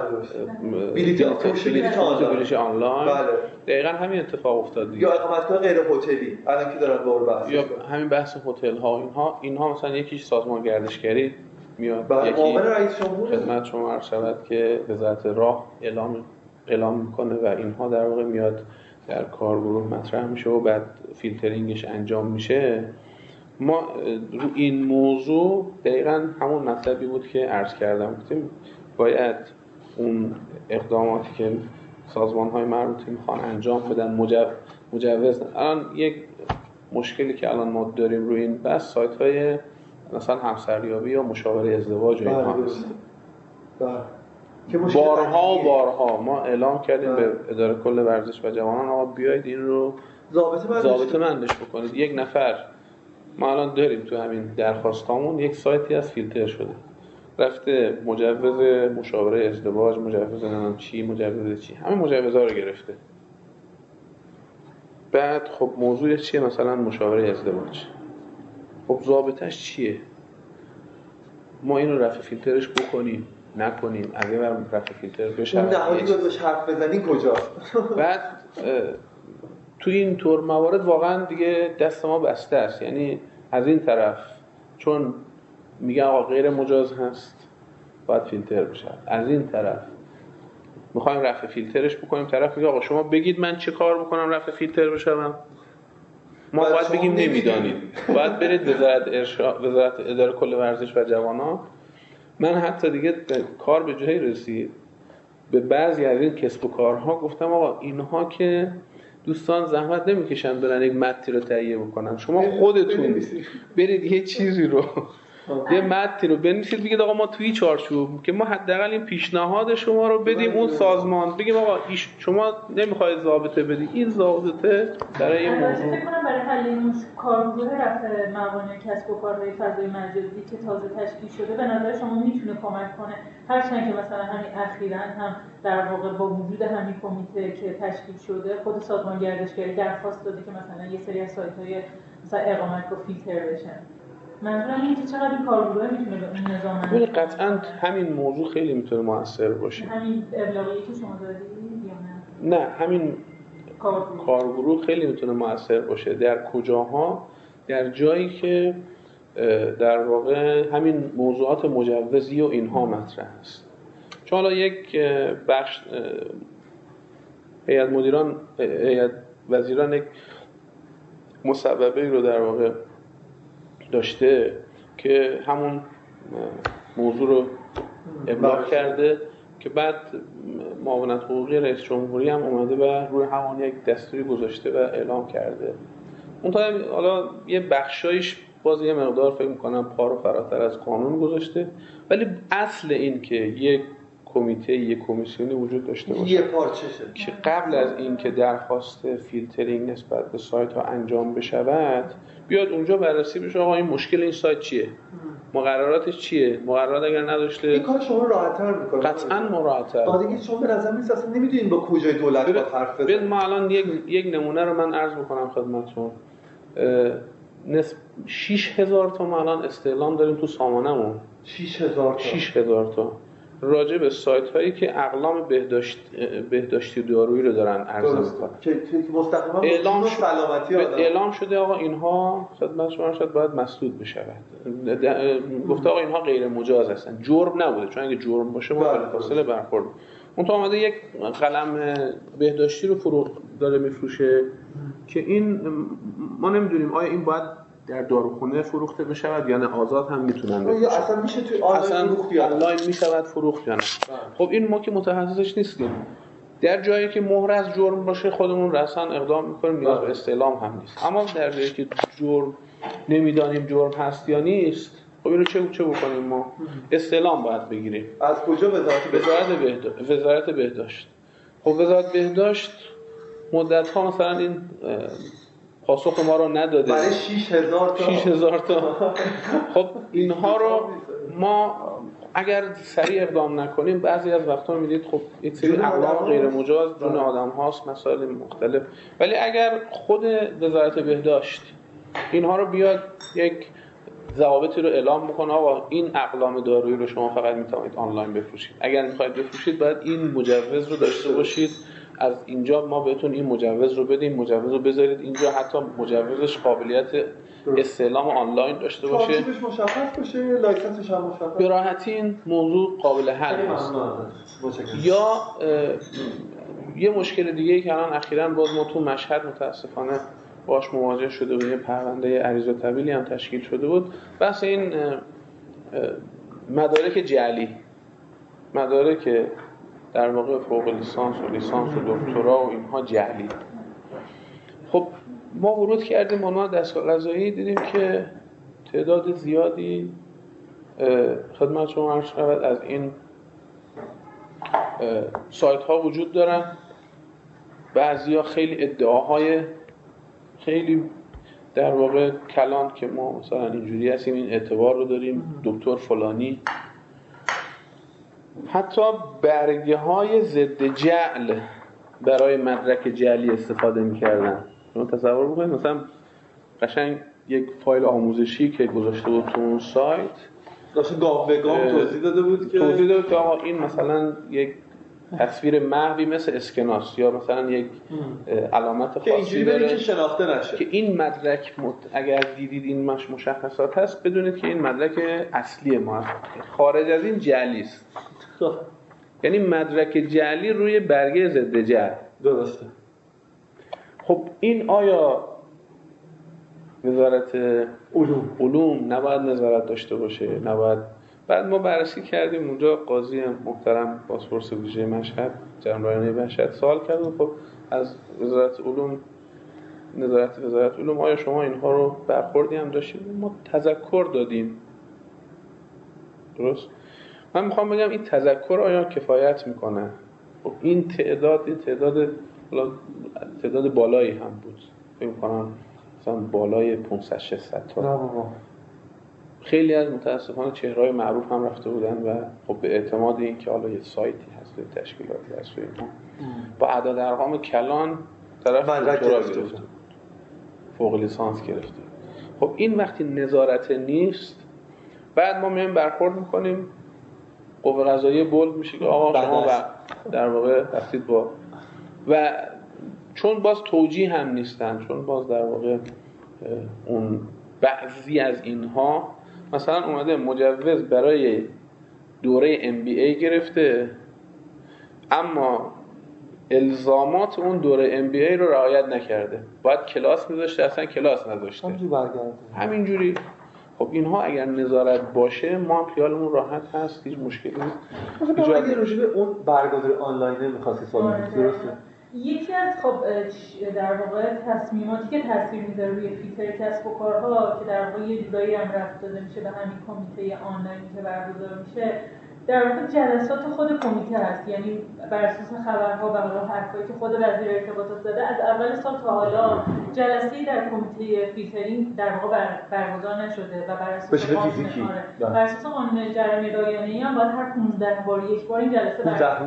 بلیط آنلاین دقیقاً همین اتفاق افتاد دیگه. یا اقامتگاه غیر هتلی الان که دارن دور بحث یا همین بحث هتل ها اینها مثلا یکیش سازمان گردشگری میاد یکی رئیس جمهور خدمت شما عرض شود که وزارت راه اعلام میکنه و اینها در واقع میاد در کارگروه مطرح میشه و بعد فیلترینگش انجام میشه. ما رو این موضوع دقیقاً همون مطلبی بود که عرض کردم، گفتیم باید اون اقداماتی که سازمان‌های مربوطه میخوان انجام بدن مجوز. الان یک مشکلی که الان ما داریم روی این بس سایت‌های مثلا همسریابی یا مشاوره ازدواج و اینها هست. بارها ما اعلام کردیم به اداره کل ورزش و جوانان آقا بیایید این رو ضابطه بندش بکنید. یک نفر ما الان داریم تو همین درخواستامون یک سایتی از فیلتر شده، رفته مجوز مشاوره ازدواج، مجوز مجوز چی همه مجوزها رو گرفته. بعد خب موضوع چیه؟ مثلا مشاوره ازدواج، خب ضابطش چیه؟ ما اینو رفع فیلترش بکنیم نکنیم، اگه برام رفع فیلتر بشه اون نهادی رو بهش حرف بزنین کجاست؟ بعد تو این طور موارد واقعا دیگه دست ما بسته است. یعنی از این طرف چون میگه آقا غیر مجاز هست باید فیلتر بشه، از این طرف میخوایم رفع فیلترش بکنیم، طرف میگه آقا شما بگید من چه کار بکنم رفع فیلتر بشم. ما باید بگیم نمیدانید، باید برید وزارت اداره کل ورزش و جوانان. من حتی دیگه کار به جایی رسید به بعضی از این کسب و کارها گفتم آقا اینها که دوستان زحمت نمیکشن برن یک متنی رو تهیه بکنن، شما خودتون برید یه چیزی رو یه متنی رو بنویسید بگید آقا ما توی چارچوب که ما حداقل این پیشنهاد شما رو بدیم اون سازمان، بگیم آقا شما نمیخواید ضابطه بدی، این ضابطه برای این موضوع. فکر کنم برای حل این کارگروه رفع موانع کسب و کارهای فضای مجازی که تازه تشکیل شده به نظر شما میتونه کمک کنه، هرچند که مثلا همین اخیراً هم در واقع با وجود همین کمیته که تشکیل شده خود سازمان گردشگری درخواست داده که مثلا یه سری از سایت‌های مثلا اقامتگاه فیلتر بشن. منظورم اینه که چقدر این کارگروه میتونه به این نظام ولی قطعاً همین موضوع خیلی میتونه موثر باشه. همین ابلاغی که شما دادید یا نه؟ نه همین کارگروه خیلی میتونه موثر باشه. در کجاها؟ در جایی که در واقع همین موضوعات مجوزی و اینها مطرح است. چون حالا یک بخش هیئت وزیران یک مصوبه‌ای رو در واقع داشته که همون موضوع رو ابلاغ کرده که بعد معاونت حقوقی رئیس جمهوری هم اومده و روی همون یک دستوری گذاشته و اعلام کرده. اون تا حالا یه بخشایش باز یه مقدار فکر می‌کنم پا رو فراتر از قانون گذاشته، ولی اصل این که یک کمیته، یک کمیسیونی وجود داشته باشه یه پارچشه که قبل از این که درخواست فیلترینگ نسبت به سایت ها انجام بشود بیاد اونجا بررسی بشه آقا این مشکل این سایت چیه، مقرراتش چیه، مقررات اگر نداشته این کار شما راحت‌تر می‌کنه. قطعاً راحت‌تر. دیگه شما به نظر میاد اصلا نمی‌دونین با کجای دولت با حرف بزنید. ما الان یک نمونه رو من عرض می‌کنم خدمتتون. 6000 تا ما الان استعلام داریم تو سامانه‌مون. 6000 تا راجع به سایت هایی که اقلام بهداشتی دارویی رو دارن عرضه می‌کنن که مستقیما اعلام شده آقا اینها خدمت شما شاید باید مسدود بشود. گفته آقا اینها غیر مجاز هستن، جرم نبوده، چون اگه جرم باشه ما بلافاصله برخورد. اون تا اومده یک قلم بهداشتی رو فروغ داره میفروشه که این ما نمیدونیم آیا این باید در داروخونه فروخته بشود یا نه، آزاد هم میتونن یا اصلا میشه توی آنلاین فروخت یا آنلاین میشود فروخت یا نه. خب این ما که متخصصش نیستیم، در جایی که مهر از جرم باشه خودمون رسما اقدام میکنیم، نیاز به استعلام هم نیست. اما در جایی که جرم نمیدانیم جرم هست یا نیست، خب اینو چه بکنیم؟ ما استعلام باید بگیریم. از کجا؟ وزارت بهداشت. خب وزارت بهداشت مدت‌ها مثلا این پاسخ ما رو نداده برای 6000 تا خب اینها رو ما اگر سریع اقدام نکنیم بعضی از وقتا میدید خب یک سری اقلام غیر مجاز جون آدم هاست، مسائل مختلف. ولی اگر خود وزارت بهداشت اینها رو بیاد یک ضوابطی رو اعلام بکنه آقا این اقلام دارویی رو شما فقط میتونید آنلاین بفروشید، اگر میخواید بفروشید باید این مجوز رو داشته باشید، از اینجا ما بهتون این مجوز رو بدیم، مجوز رو بذارید اینجا، حتی مجوزش قابلیت استعلام آنلاین داشته باشه، چارچوبش مشخص باشه، لایسنسش هم مشخص، به راحتی این موضوع قابل حل است. یا یه مشکل دیگه‌ای که الان اخیراً باز ما تو مشهد متاسفانه باش مواجه شده بودیم، پرونده عریض الطویلی هم تشکیل شده بود، بحث این مدارک جعلی، مدارک در واقع فوق لیسانس و لیسانس و دکترا و اینها جعلی. خب ما ورود کردیم به عنوان دستگاه قضایی، دیدیم که تعداد زیادی خدمت شما عرض شود از این سایت ها وجود دارن. بعضیا خیلی ادعاهای خیلی در واقع کلان که ما مثلا اینجوری هستیم، این اعتبار رو داریم، دکتر فلانی، حتی برگه های ضد جعل برای مدرک جعلی استفاده می‌کردن. شما تصور بکنید مثلا قشنگ یک فایل آموزشی که گذاشته بود تو اون سایت داشت گام به گام توضیح داده بود که آقا این مثلا یک تصویر محوی مثل اسکناس یا مثلا یک علامت خاصی داره که شناخته نشه، که این مدرک اگر دیدید این مشخصات هست بدونید که این مدرک اصلی ما هست، خارج از این جعلی است. یعنی مدرک جعلی روی برگه ضد جعل. درسته. خب این آیا وزارت علوم نباید نظارت داشته باشه؟ نباید؟ بعد ما بررسی کردیم اونجا، قاضی محترم بازپرس ویژه مشهد جناب رایانه مشهد سوال کرد خب از وزارت علوم، نظارت وزارت علوم، آیا شما اینها رو برخوردی هم داشتید؟ ما تذکر دادیم. درست؟ من میخوام بگم این تذکر آیا کفایت میکنه؟ خب این تعداد بالایی هم بود، فکر می‌کنم مثلا بالای 500-600 تا. خیلی از متاسفانه چهرهای معروف هم رفته بودن و خب به اعتماد این که حالا یه سایتی هست، یه تشکیلاتی هست و اینها با اعداد ارقام کلان طرف دکترا گرفته، فوق لیسانس گرفته. خب این وقتی نظارت نیست، بعد ما میایم برخورد میکنیم، قوه قضاییه بولد میشه که آقا شما در واقع هستید با، و چون باز توجیه هم نیستن، چون باز در واقع اون بعضی از اینها مثلا اومده مجوز برای دوره MBA گرفته اما الزامات اون دوره MBA رو رعایت نکرده، باید کلاس میذاشته اصلا کلاس نذاشته، همینجوری. خب اینها اگر نظارت باشه ما هم خیالمون راحت هست، هیچ مشکلی نیست. اگه راجع به اون برگزاری آنلاین می‌خواستی سوال بپرسی؟ درسته. یکی از خب در واقع تصمیماتی که تاثیر میذاره روی فیلتر کسب و کارها که در واقع یه جورایی هم ربط داده میشه به همین کمیته آنلاینی که برگزار میشه، در واقع جلسات خود کمیته هست. یعنی بر اساس خبرها و حرفایی که خود وزیر ارتباطات زده، از اول سال تا حالا جلسه‌ای در کمیته فیلترینگ در واقع برگزار نشده و بر اساس قانون جرامی رایانه‌ای هم باید هر 15 بار یک بار این جلسه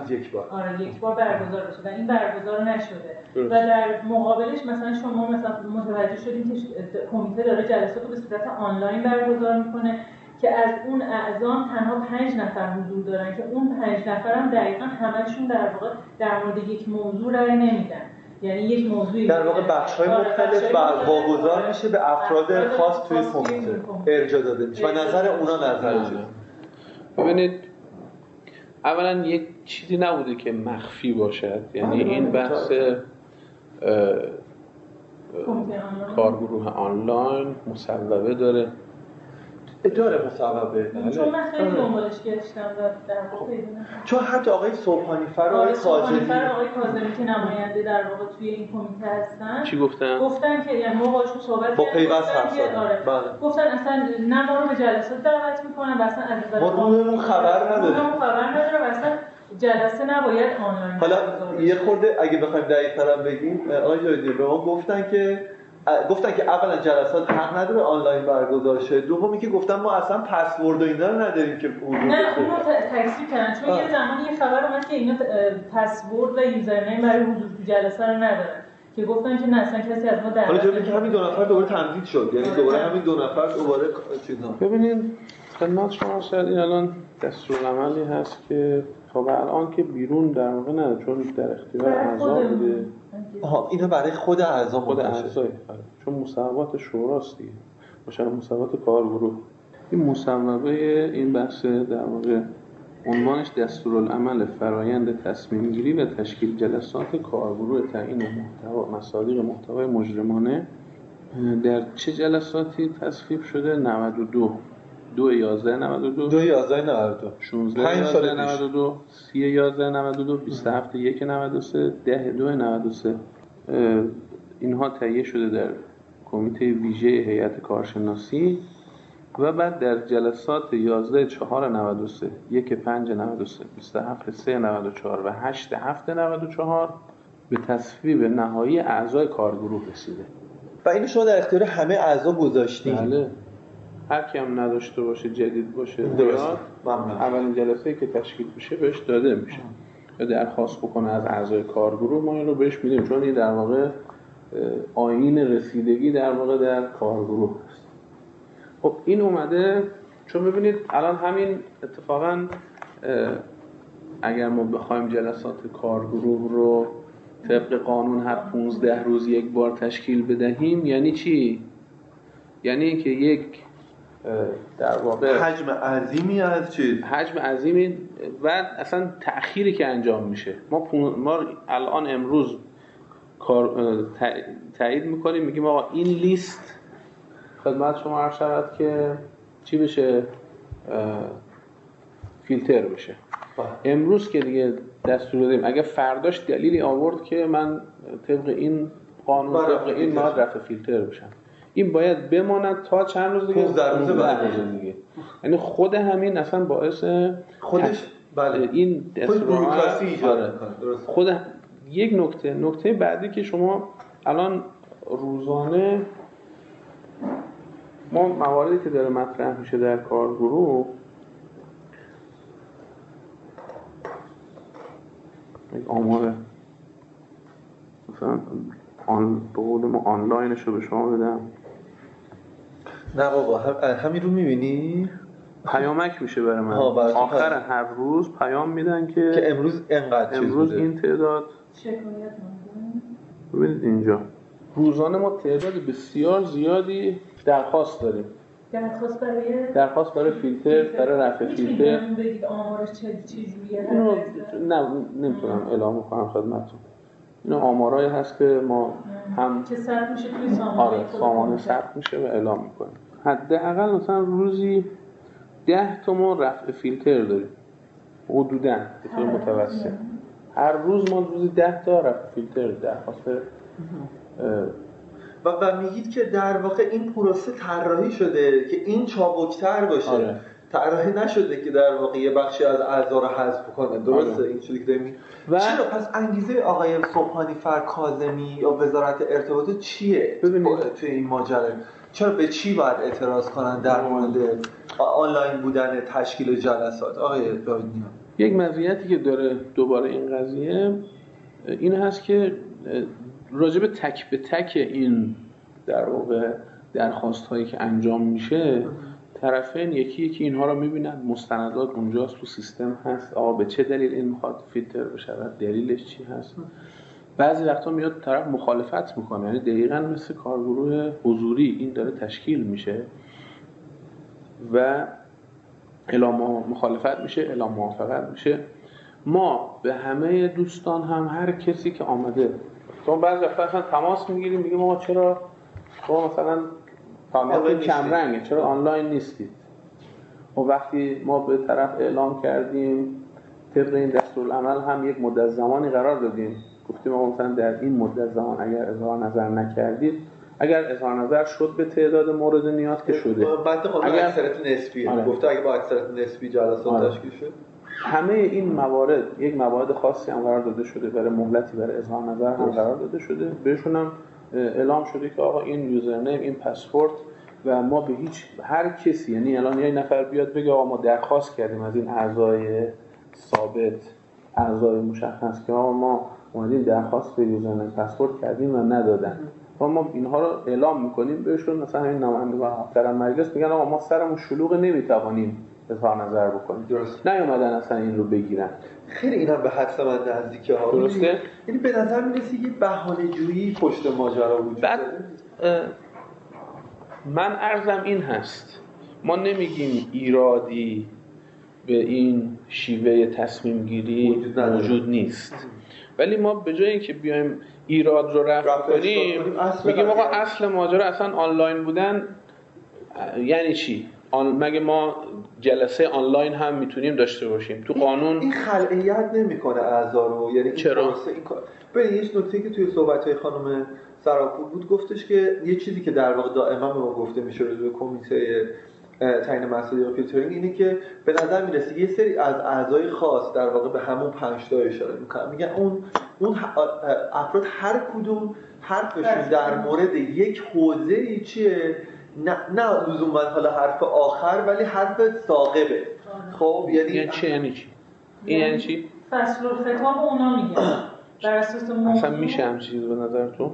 یک بار برگزار بشه و این برگزار نشده. و در مقابلش مثلا شما متوجه شدیم که کمیته داره جلسات رو به صورت آنلاین برگزار میکنه که از اون اعضا تنها 5 نفر حضور دارن که اون 5 نفر هم دقیقاً همشون در واقع در مورد یک موضوع رأی نمیدن. یعنی یک موضوعی در واقع بخش‌های مختلف واگذار میشه به افراد خاص توی کمیته ارجاع داده میشه و نظر اونا نظرشه. ببینید اولا یک چیزی نبوده که مخفی باشد، یعنی این بحث کارگروه آنلاین مصوبه داره مصوبه. چون من خیلی دنبالش گشتم و در واقع چون حتی آقای صبحانیفر و آقای کاظمی که نماینده در واقع توی این کمیته هستن چی گفتن که یعنی ما باشون صحبت با پیوست حرف زدن. گفتن اصلا نه ما رو به جلسات دعوت میکنن و اصلا از نظر قانون خبر نداره و اصلا جلسه نباید آنلاین. حالا یه خورده اگه بخوایم دقیق‌تر بگیم، آقای جایدی به ما گفتن که گفتن که اولا جلسات حق نداره آنلاین برگزار شه، دومی که گفتن ما اصلا پسورد و اینا رو نداریم که حضور نه اونو تکذیب کردن، چون یه زمانی یه خبر اومد که اینا پسورد و یوزرنیم برای حضور تو جلسه رو ندارن که گفتن که نه اصلا کسی از ما دعوت حالا جالبه که همین دو نفر دوباره تمدید شد، یعنی دوباره همین دو نفر دوباره چیزا. ببینید خدمت شما شاید این الان دستورالعملی هست که خب الان که بیرون در واقع نه، چون در اختیار اعضا بوده. اینا برای خود اعضا چون مصوبات شوراست دیگه، مثلا مصوبات کارگروه. این مصوبه این بحث در واقع عنوانش دستورالعمل فرایند تصمیم گیری و تشکیل جلسات کارگروه تعیین محتوا مصادیق محتوای مجرمانه در چه جلساتی تصویب شده؟ 92 2/11/92 2/11/92 16/11/92 30/11/92 27/1/93 10/2/93 اینها تهیه شده در کمیته ویژه هیئت کارشناسی و بعد در جلسات 11/4/93 1/5/93 27/3/94 و 8/7/94 به تصویب نهایی اعضای کارگروه رسیده. و اینو شما در اختیار همه اعضا گذاشتین؟ بله. هر کی هم نداشته باشه جدید باشه بیاد اولین جلسه‌ای که تشکیل بشه بهش داده میشه یا درخواست بکنه از اعضای کارگروه، ما این رو بهش میدیم، چون این در واقع آیین رسیدگی در واقع در کارگروه است. خب این اومده، چون ببینید الان همین اتفاقا اگر ما بخوایم جلسات کارگروه رو طبق قانون هر 15 روز یک بار تشکیل بدهیم، یعنی چی؟ یعنی که یک در واقع حجم عظیمی از چیز، حجم عظیمی و اصلا تأخیری که انجام میشه. ما الان امروز تایید میکنیم، میگیم آقا این لیست خدمت شما عرض شود که چی بشه؟ فیلتر بشه. امروز که دیگه دستور دادیم، اگه فرداش دلیلی آورد که من طبق این قانون طبق این باید رفع فیلتر بشم، این باید بماند تا چند روز دیگه؟ 15 روز دیگه. یعنی خود همین اصلا باعث خودش این بروکراسی ایجاد می‌کنه. خود یک نکته بعدی که شما الان روزانه ما مواردی که داره مطرح میشه در کارگروه، یک آمار مثلا به قول ما آنلاینش رو به شما بدم. نه بابا همین رو میبینی؟ پیامک میشه برای من آخر هر روز پیام میدن که امروز انقدر امروز این تعداد شکایت مونده. ببینید اینجا روزانه ما تعداد بسیار زیادی درخواست داریم. درخواست برای فیلتر، برای رفع فیلتر. بگید آمارش چجوریه؟ نه نمیتونم اعلام کنم خدمتتون. اینا آمارایی هست که ما هم که ثبت میشه توی سامانه سامانه ثبت میشه و اعلام میکنیم. حداقل مثلا روزی 10 تا ما رفع فیلتر داریم حدوداً به طور متوسط. هر روز ما روزی 10 تا رفع فیلتر درخواست. و میگید که در واقع این پروسه طراحی شده که این چابکتر باشه. طراحی نشده که در واقع یه بخشی از اعضا رو حذف کنه. درسته؟ این چیزی که داریم. چرا پس انگیزه آقای صبحانی فرکاظمی یا وزارت ارتباطات چیه توی این ماجرا؟ چرا به چی باید اعتراض کنن در مورد آنلاین بودن تشکیل جلسات؟ آقای داودنیا، یک مزیتی که داره دوباره این قضیه این هست که راجب تک به تک این در واقع درخواست هایی که انجام میشه، طرفین یکی اینها رو میبینن، مستندات اونجاست تو سیستم هست، آقا به چه دلیل این میخواد فیلتر بشه، دلیلش چی هست. بعضی وقتا میاد طرف مخالفت میکنه، یعنی دقیقاً مثل کارگروه حضوری این داره تشکیل میشه و اعلام مخالفت میشه، اعلام موافقت میشه. ما به همه دوستان هم هر کسی که آمده، تو بعضی وقتا اصلا تماس میگیریم میگیم ما چرا شما مثلا فعالیت کم رنگه، چرا آنلاین نیستید؟ و وقتی ما به طرف اعلام کردیم طبق این دستورالعمل هم یک مدت زمانی قرار دادیم، گفتیم ما مثلا در این مدت زمان اگر اظهار نظر نکردید، اگر اظهار نظر شد به تعداد مورد نیاز که شده، اگر اکثریت نسبی گفته اگه با اکثریت نسبی جلسات تشکیل شد، همه این موارد یک موارد خاصی هم قرار داده شده، برای مهلتی برای اظهار نظر هم قرار داده شده، بهشون هم اعلام شده که آقا این یوزرنیم، این پسورد و ما به هر کسی، یعنی الان یه نفر بیاد بگه آقا ما درخواست کردیم از این اعضای ثابت، اعضای مشخص که آقا ما اومدیم درخواست به یوزرنیم پسورد کردیم و ندادن، و ما اینها رو اعلام میکنیم بهشون، مثلا این نماینده محترم مجلس میگن آقا ما سرمون شلوغ نمیتوانیم اظهار نظر بکنیم، درست نیومدن اصلا این رو بگیرن. خیلی اینا به حدس من نزدیکه ها، درسته؟ یعنی به نظر میرسه یه بهانه جویی پشت ماجرا وجود داره. من عرضم این هست، ما نمیگیم ایرادی به این شیوه تصمیم گیری وجود نیست، ولی ما به جای اینکه بیایم ایراد رو رفع کنیم میگیم آقا اصل ماجرا اصلا آنلاین بودن یعنی چی؟ مگه ما جلسه آنلاین هم میتونیم داشته باشیم؟ تو قانون این خلقیت نمیکنه اعضا رو، یعنی چرا؟ ببین یه نکته که توی صحبت‌های خانم سراپور بود، گفتش که یه چیزی که در واقع دائما به ما گفته میشه راجع به کمیته تعیین مصادیق فیلترینگ اینه که به نظر میرسه یه سری از اعضای خاص در واقع به همون 5 تا اشاره میکنن، میگن اون افراد هر کدوم حرفشون در مورد یک حوزه‌ای چیه، نه لزوما حالا حرف آخر ولی حرف ثاقبه. خب یعنی چی؟ یعنی چی؟ این یعنی چی؟ فصل و خطاب اونا میگن بر اساس موضوع. اصلا میشه هم چیز به نظر تو؟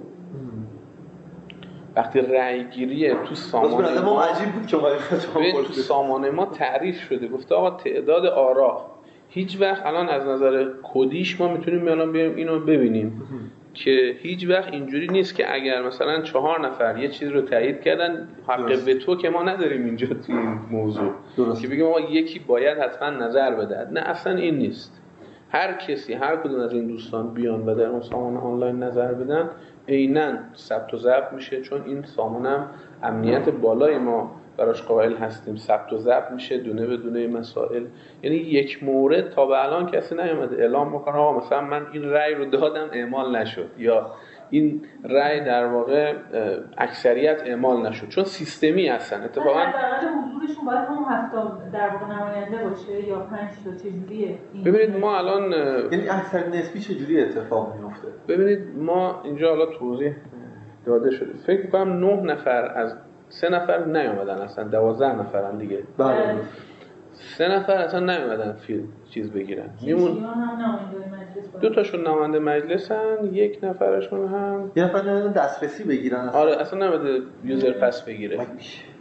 وقتی رأی گیریه تو سامانه ما عجیب بود که تو سامانه ما تعریف شده، گفته آقا تعداد آرا، هیچ وقت الان از نظر کدیش ما میتونیم الان بیایم اینو ببینیم که هیچ وقت اینجوری نیست که اگر مثلا 4 نفر یه چیز رو تایید کردن حق وتو که ما نداریم اینجا تو این موضوع درست. که بگیم آقا یکی باید حتما نظر بده، نه اصلا این نیست. هر کسی، هر کدوم از این دوستان بیان و در اون سامانه آنلاین نظر بدن عیناً ثبت و ضبط میشه، چون این سامانه هم امنیت بالای ما براش قائل هستیم، ثبت و ضبط میشه دونه به دونه مسائل. یعنی یک مورد تا به الان کسی نیومده اعلام بکنه آقا مثلا من این رأی رو دادم اعمال نشد، یا این رأی در واقع اکثریت اعمال نشد، چون سیستمی هستن. اتفاقا در حضورشون باید همون 70 در واقع نماینده باشه یا 5 تا چجوریه؟ ببینید ما الان یعنی اکثر نسبی چجوری اتفاق میفته؟ ببینید ما اینجا حالا توضیح داده شده، فکر کنم 9 نفر از 3 نفر نیومدن، اصلا 12 نفرن دیگه. بله 3 نفر اصلا نیومدن چیز بگیرن. میمون 2 تاشون نماینده مجلسن، 1 نفرشون هم یه نفر نمیدن دسترسی بگیرن اصلا. آره اصلا نمیده یوزر پس بگیره. آقای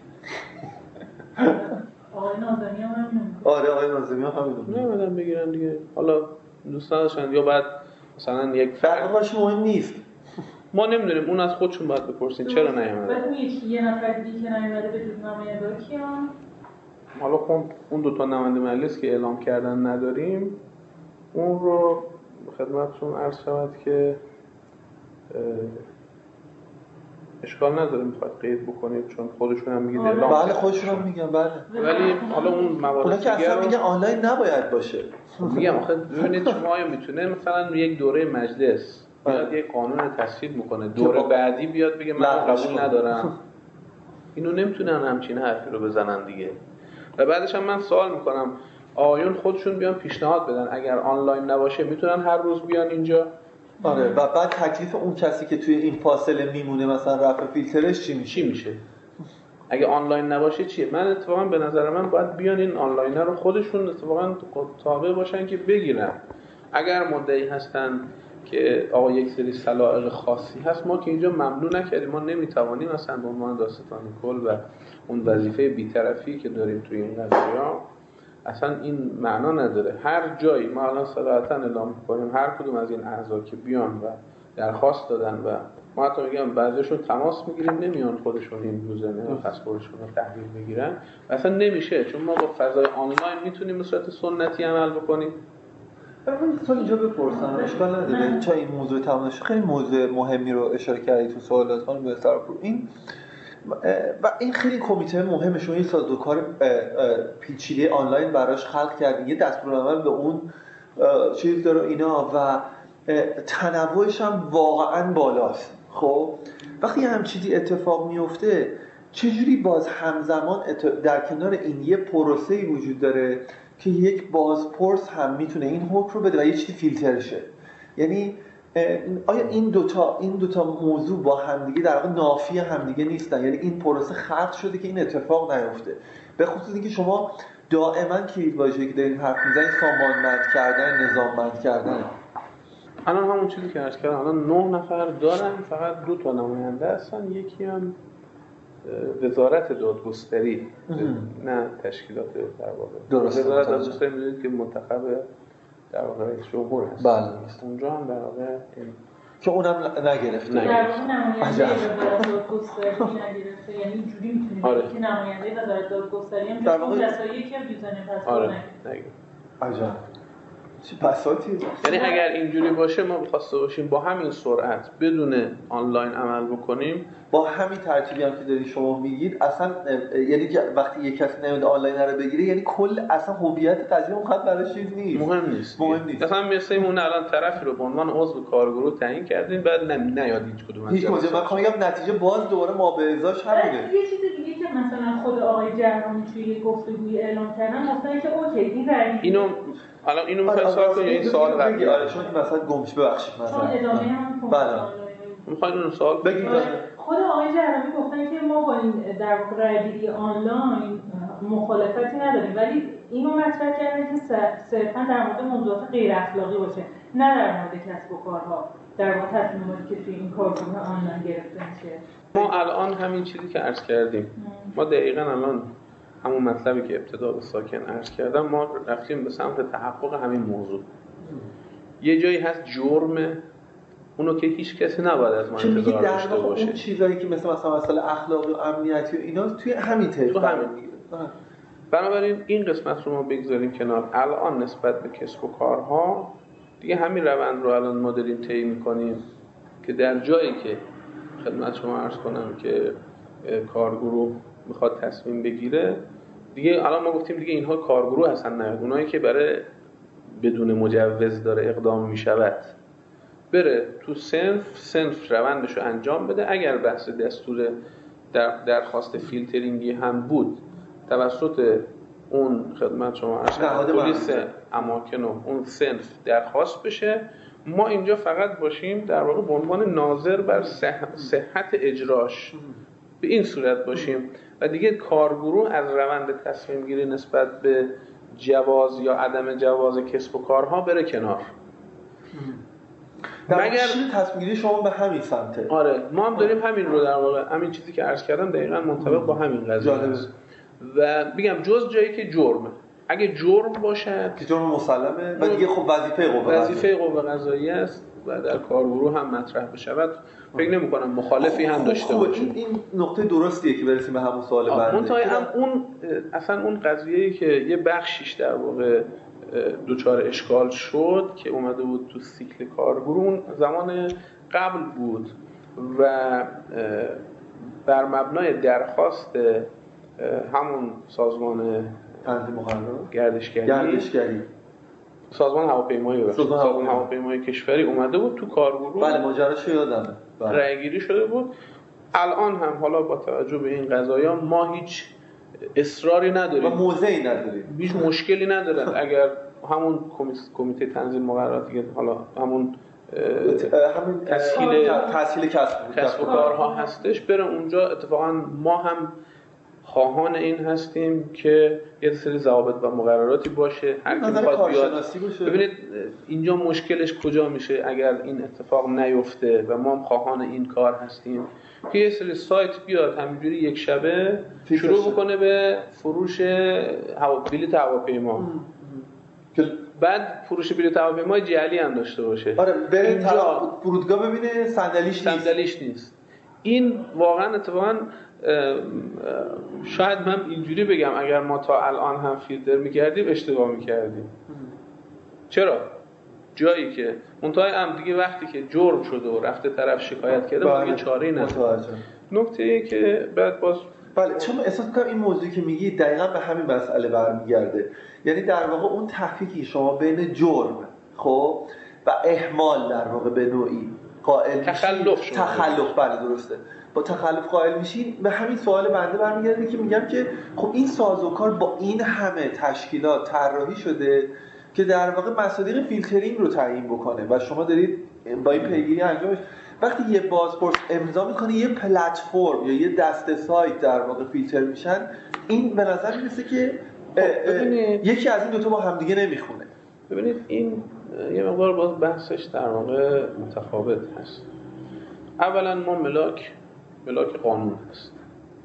ناظمی هم همینون. آره آقای ناظمی هم همینون. نمیدن بگیرن دیگه. حالا دوست نداشتن یا بعد مثلا یک فرقش مهم نیست. ما نمیدونیم، اون از خودشون باید بپرسین چرا نیومدن. بعد یه نفر دیگه که نیومده به جز نماینده کیان؟ حالا خب اون 2 تا نماینده مجلس که اعلام کردن نداریم، اون رو خدمتتون عرض شود که اشکال نداره میخواد قید بکنید، چون خودشون هم میگید اعلام. بله خودشون هم میگن بله. ولی حالا اون موارد دیگه اصلا میگن آنلاین نباید باشه. میگم آخه ببینید شما آیا میتونه مثلا یک دوره مجلس بیاد یک قانون تصویب میکنه، دوره بعدی بیاد بگه من قبول ندارم؟ اینو نمیتونن همچین حرفی رو بزنن دیگه. و بعدش هم من سوال میکنم آیون خودشون بیان پیشنهاد بدن اگر آنلاین نباشه میتونن هر روز بیان اینجا؟ آره. و بعد تکلیف اون کسی که توی این فاصله میمونه مثلا رفع فیلترش چی میشه؟ اگه آنلاین نباشه چیه؟ من اتفاقا به نظر من باید بیان این آنلاین رو خودشون اتفاقا تابع باشن که بگیرن. اگر مدعی هستن که آقا یک سری سلائق خاصی هست، ما که اینجا ممنوع نکردیم، ما نمیتوانیم مثلا به عنوان دادستان کل و اون وظیفه بی‌طرفی که داریم توی این قضایا اصلا این معنا نداره. هر جایی ما الان صراحتاً اعلام می‌کنیم هر کدوم از این اعضا که بیان و درخواست دادن و ما حتی میگم بعضیشون تماس میگیریم نمیان خودشون این یوزرنیم پسوردشون رو تحویل بگیرن، اصلا نمیشه، چون ما با فضای آنلاین میتونیم به صورت سنتی عمل بکنیم. من سوال اینجا بپرسم، اشکال نداره چون این موضوع تمام نشه، خیلی موضوع مهمی رو اشاره کردی تو سوالات خانم به سراپور. این خیلی کمیته مهمه، شما یه سازوکار پیچیده آنلاین براش خلق کردین، یه دستورالعمل به اون چیز داره اینا و تنوعش هم واقعا بالاست. خب وقتی هم چیزی اتفاق میفته چجوری باز همزمان در کنار این یه پروسه‌ای وجود داره که یک بازپرس هم میتونه این حکم رو بده و یه چیزی فیلتر شه؟ یعنی آیا این دوتا موضوع با همدیگه در واقع نافی همدیگه نیستن؟ یعنی این پروسه خلق شده که این اتفاق نیفته، به خصوص اینکه شما دائما کلیدواژه‌ای که دارین حرف میزنید سامانمند کردن، نظاممند کردن. الان همون چیزی که عرض کردم، الان 9 نفر دارن، فقط 2 تا نماینده هستن، یکی هم وزارت دادگستری، نه تشکیلات در واقع. وزارت دادگستری می‌دونید که منتخب در واقع رئیس جمهور هست. بله. اونجا هم در واقع که اونم نگرفته. در واقع نماینده وزارت دادگستری نگرفته، یعنی اینجوری میتونید که نماینده وزارت دادگستری هم در واقع کسایی که ویزن پاسپورت نگرفته. عجب. چه بساطی. یعنی اگر اینجوری باشه ما خواسته باشیم با همین سرعت بدون آنلاین عمل بکنیم، با همین ترتیبی هم که دارید شما میگید، اصلا یعنی وقتی یک کسی نمیده آنلاین رو بگیره، یعنی کل اصلا هویت قضیه اونقدر براش چیز نیست، مهم نیست. مثلا مثل اون الان طرفی رو به عنوان عضو کارگروه تعیین کردیم، بعد نیاد هیچ کدوم از من میگم نتیجه باز دوباره ما به ازاش همونه. یه چیز دیگه که مثلا خود آقای جهرمی توی گفتگوی اعلام کردن گفتن که اوکی این رأی اینو میخوای سوال کنی یا این سوال قبلی؟ آره چون این مثلا گمش ببخشید مثلا. چون ادامه هم بله. میخواید اون سوال بگید. خود آقای جهرمی گفتن که ما با این در واقع رأی‌گیری آنلاین مخالفتی نداریم، ولی اینو مطرح کردن که صرفا در مورد موضوعات غیر اخلاقی باشه، نه در مورد کسب و کارها، در واقع تصمیماتی که توی این کارگروه آنلاین گرفته میشه. ما الان همین چیزی که عرض کردیم، ما دقیقاً الان همون مطلبی که ابتدا به ساکن عرض کردم، ما رفتیم به سمت تحقق همین موضوع. یه جایی هست جرم، اونو که هیچ کسی نباید از ما انتظار داشته باشه. اون چیزایی که مثلا اخلاقی و امنیتی و اینا توی همین طیف قرار میگیره. بنابراین این قسمت رو ما بگذاریم کنار. الان نسبت به کسب و کارها دیگه همین روند رو الان ما داریم طی می‌کنیم که در جایی که خدمت شما عرض کنم که کارگروه میخواد تصمیم بگیره، دیگه الان ما گفتیم دیگه اینها کارگروه هستن، نه اونایی که برای بدون مجوز داره اقدام میشود بره تو صنف روندش رو انجام بده. اگر بحث دستور درخواست فیلترینگی هم بود توسط اون خدمت شما عرض کنم پلیس اماکن و اون صنف درخواست بشه، ما اینجا فقط باشیم در واقع به عنوان ناظر بر صحت اجراش، به این صورت باشیم و دیگه کارگروه از روند تصمیم گیری نسبت به جواز یا عدم جواز کسب و کارها بره کنار. مگر تصمیم گیری شما به همین سمته. آره ما هم داریم همین رو در واقع، همین چیزی که عرض کردم دقیقاً منطبق با همین قضیه است. و بگم جز جایی که جرمه، اگه جرم باشد که جرم مسلمه و دیگه خب وظیفه قوه قضاییه است و در کارگروه هم مطرح بشود، فکر نمی‌کنم مخالفی هم داشته باشه. این نقطه درستیه که برسیم به همون سوال بعد. منتها هم اون اصلا اون قضیه‌ای که یه بخشیش در واقع دوچار اشکال شد که اومده بود تو سیکل کارگروه، اون زمان قبل بود و بر مبنای درخواست همون سازمان تنظیم مقررات گردشگری سازمان هواپیمایی کشوری اومده بود تو کارگروه. بله ماجراش یادمه. رأی‌گیری شده بود. الان هم حالا با توجه به این قضایا ما هیچ اصراری نداریم و موضعی نداریم، هیچ مشکلی نداره اگر همون کمیته تنظیم مقررات دیگه، حالا همون تسهیل کسب و کارها هستش، بره اونجا. اتفاقا ما هم خواهان این هستیم که یه سری ضوابط و مقرراتی باشه، هر کی بخواد بیاد. ببینید اینجا مشکلش کجا میشه اگر این اتفاق نیفته و ما هم خواهان این کار هستیم که یه سری سایت بیاد همینجوری یک شبه شروع بکنه به فروش بلیط هواپیما، که بعد فروش بلیط هواپیما جعلی هم داشته باشه. آره بره اینجا فرودگاه ببینه صندلیش نیست. این واقعا اتفاقا شاید من اینجوری بگم اگر ما تا الان هم فیلتر می‌کردیم اشتباه می‌کردیم. چرا؟ جایی که منتهای هم دیگه وقتی که جرم شده و رفته طرف شکایت کرده دیگه چاره‌ای نداره. نکته‌ای که بعد باز بله، چون احساس می‌کنم این موضوعی که میگی دقیقاً به همین مسئله برمیگرده. یعنی در واقع اون تفکیکی شما بین جرم خب و اهمال در واقع به نوعی قائل تخلف بله درسته، با تخلف قائل میشین. به همین سوال بنده برمیگرده که میگم که خب این سازوکار با این همه تشکیلات طراحی شده که در واقع مصادیق فیلترینگ رو تعیین بکنه و شما دارید با این پیگیری انجام میشه. وقتی یه بازپرس امضا میکنه یه پلتفرم یا یه دسته سایت در واقع فیلتر میشن، این به نظر میرسه که یکی از این دوتا با همدیگه نمیخونه. ببینید این یه مقدار باز بحثش در واقع متفاوت هست. اولا ما ملاک قانون هست.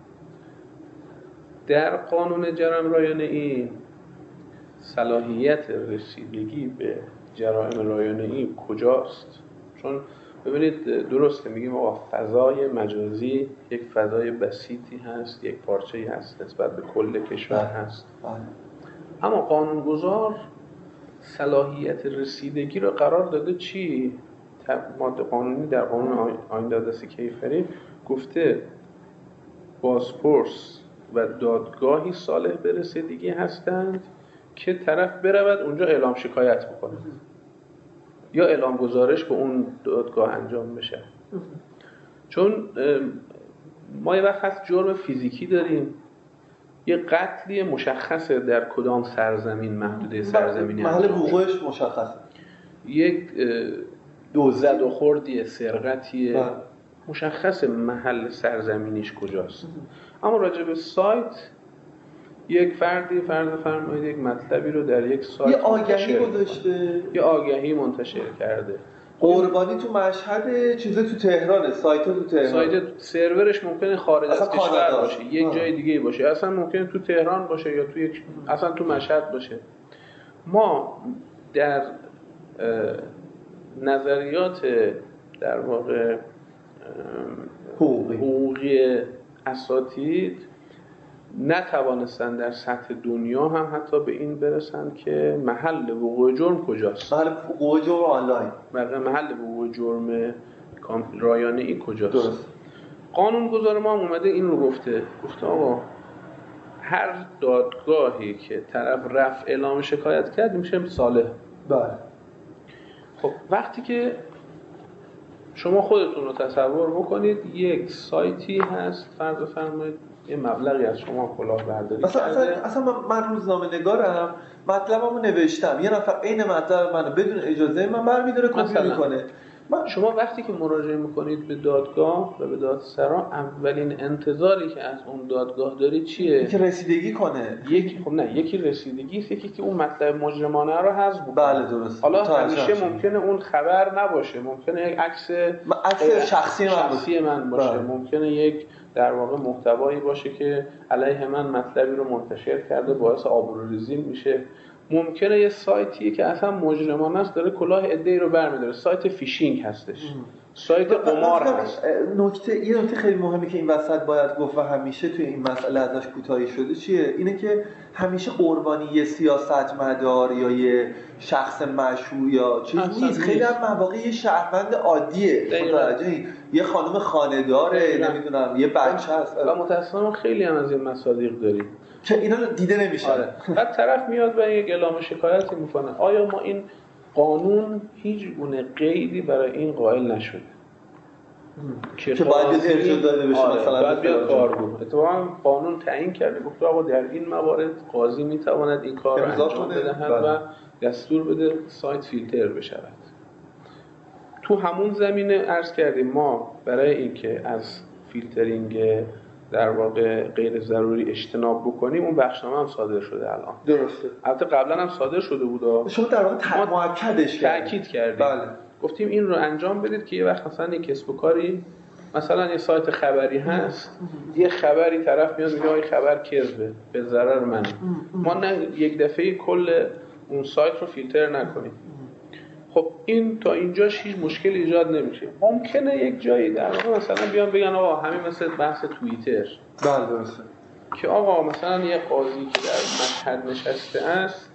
در قانون جرائم رایانه‌ای صلاحیت رسیدگی به جرائم رایانه‌ای کجاست؟ چون ببینید درسته میگیم آقا فضای مجازی یک فضای بسیطی هست، یک پارچه‌ای هست نسبت به کل کشور هست. اما قانونگذار صلاحیت رسیدگی رو قرار داده چی؟ ماده قانونی در قانون آیین دادرسی کیفری گفته بازپرس و دادگاهی صالح به رسیدگی هستند که طرف برود اونجا اعلام شکایت بکنه یا اعلام گزارش به اون دادگاه انجام بشه. چون ما یه وقت هست جرم فیزیکی داریم، یه قتلی مشخصه در کدام سرزمین، محدوده سرزمینی محل وقوعش مشخصه، یک زد و خوردی سرقتیه مشخص محل سرزمینیش کجاست. اما راجع به سایت یک فردی فرض فرمایید یک مطلبی رو در یک سایت یه آگهی گذاشته، یه آگهی منتشر کرده، قربانی تو مشهد، چیزا تو تهرانه، سایت تو تهران، سایت سرورش ممکنه خارج از کشور باشه، یک جای دیگه باشه، اصلا ممکنه تو تهران باشه یا تو یک اصلا تو مشهد باشه. ما در نظریات در واقع حقوقی اساتید نتوانستن در سطح دنیا هم حتی به این برسن که محل وقوع جرم کجاست. محل وقوع جرم آنلاین، محل وقوع جرم رایانه‌ای کجاست. درست. قانونگذار ما هم اومده این رو گفته آقا هر دادگاهی که طرف رفع اعلام شکایت کرد میشه صالح. بله. خب وقتی که شما خودتون رو تصور بکنید یک سایتی هست، فرض فرمایید یه مبلغی از شما کلاهبرداری کرده. اصلا من روزنامه نگارم، مطلبمو نوشتم، یه نفر عین مطلب منو بدون اجازه من برمی‌داره کپی میکنه. شما وقتی که مراجعه میکنید به دادگاه و به دادسرا، اولین انتظاری که از اون دادگاه داری چیه؟ اینکه رسیدگی کنه. یکی رسیدگی است، یکی که اون مطلب مجرمانه رو حذف بکنه. بله درست. حالا همیشه ممکنه اون خبر نباشه، ممکنه یک عکس شخصی من باشه. بله. ممکنه یک در واقع محتوایی باشه که علیه من مطلبی رو منتشر کرده باعث آبروریزی میشه. ممکنه یه سایتی که اصلا مجرمانه است داره کلاه عده‌ای رو برمی‌داره، سایت فیشینگ هستش، سایت قمار هست. یه نکته خیلی مهمی که این وسط باید گفت و همیشه توی این مسئله ازش کوتاهی شده چیه؟ اینه که همیشه قربانی یه سیاستمدار یا یه شخص مشهور یا چیز نیست. خیلی از مواقع یه شهروند عادیه، متوجهی؟ یه خانم خانه‌داره، نمیدونم یه بچه هست. و متأسفانه خیلی هم از این مصادیق داریم که اینا دیده نمیشه. بعد طرف میاد و یک اعلام شکایتی میکنه. آیا ما این قانون هیچ گونه قیدی برای این قائل نشده که باید ارجاع داده بشه؟ مثلا باید بیاد کارگاه. اتفاقا قانون تعیین کرده گفته آقا در این موارد قاضی میتواند این کار رو انجام بدهد و دستور بده سایت فیلتر بشود. تو همون زمینه عرض کردیم ما برای اینکه از فیلترینگ در واقع غیر ضروری اجتناب بکنیم اون بخشنامه هم صادر شده الان. درسته. البته قبلا هم صادر شده بود. شما در واقع مؤکدش تاکید کردیم. بله. گفتیم این رو انجام بدید که یه وقت مثلا یک کسب و کاری، مثلا یه سایت خبری هست، یه خبری طرف میاد میگه این خبر کذبه به ضرر منه، ما نه یک دفعه کل اون سایت رو فیلتر نکنیم. خب این تا اینجاش هیچ مشکل ایجاد نمیشه. ممکنه یک جایی در واقع مثلا بیان بگن آقا همین مثل بحث توییتر. بله درسته. که آقا مثلا یه قاضی که در مشهد نشسته است،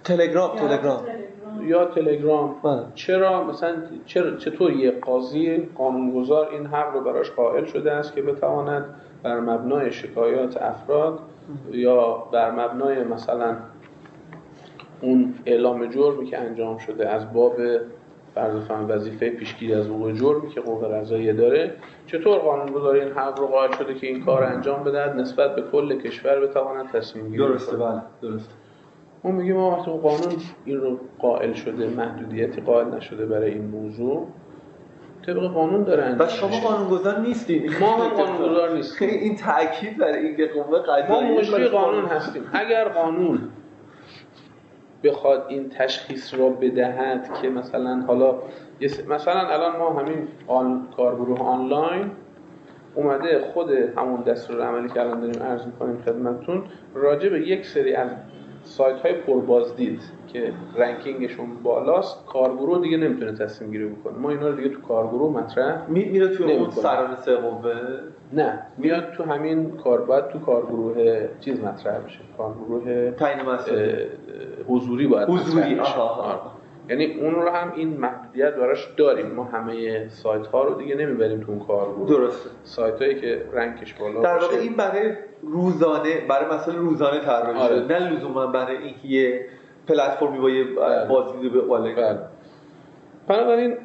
تلگرام چرا مثلا چطور یه قاضی قانونگذار این حق رو براش قائل شده است که بتواند بر مبنای شکایات افراد یا بر مبنای مثلا اون اعلام جرمی که انجام شده از باب فرض وظیفه پیشگیری از وقوع جرمی که قوه قضاییه داره، چطور قانونگذار این حق رو قائل شده که این کار انجام بده نسبت به کل کشور بتواند تصمیم گیری. درسته. بله درسته. ما میگیم وقتی قانون این رو قائل شده، محدودیتی قائل نشده برای این موضوع، طبق قانون داره انجام میشه. و شما قانونگذار نیستید. ما هم قانونگذار نیستیم. این تاکید بر اینکه قوه قضاییه ما مجری قانون هستیم. اگر قانون بخواد این تشخیص را بدهد که مثلا حالا مثلا الان ما همین کارگروه آنلاین اومده خود همون دستورالعملی که الان داریم عرض می‌کنیم خدمتتون راجع به یک سری از سایت‌های پربازدید که رنکینگشون بالاست کارگروه دیگه نمیتونه تصمیم گیری بکنه. ما اینا رو دیگه تو کارگروه مطرح میره تو اون سرانسه قوه؟ نه، میاد تو همین باید تو کارگروه چیز مطرح بشه. کارگروه تعیین مسئله حضوری باید حضوری بشه. یعنی اون رو هم این محدودیت براش داریم. ما همه سایت ها رو دیگه نمیبریم تو اون کارگروه. درسته. سایت هایی که رنکش بالا در واقع این برای روزانه، برای مسائل روزانه طراحی شده، نه لزوما برای اینکه یه پلتفرمی با یه بازدید به بالا. بنابراین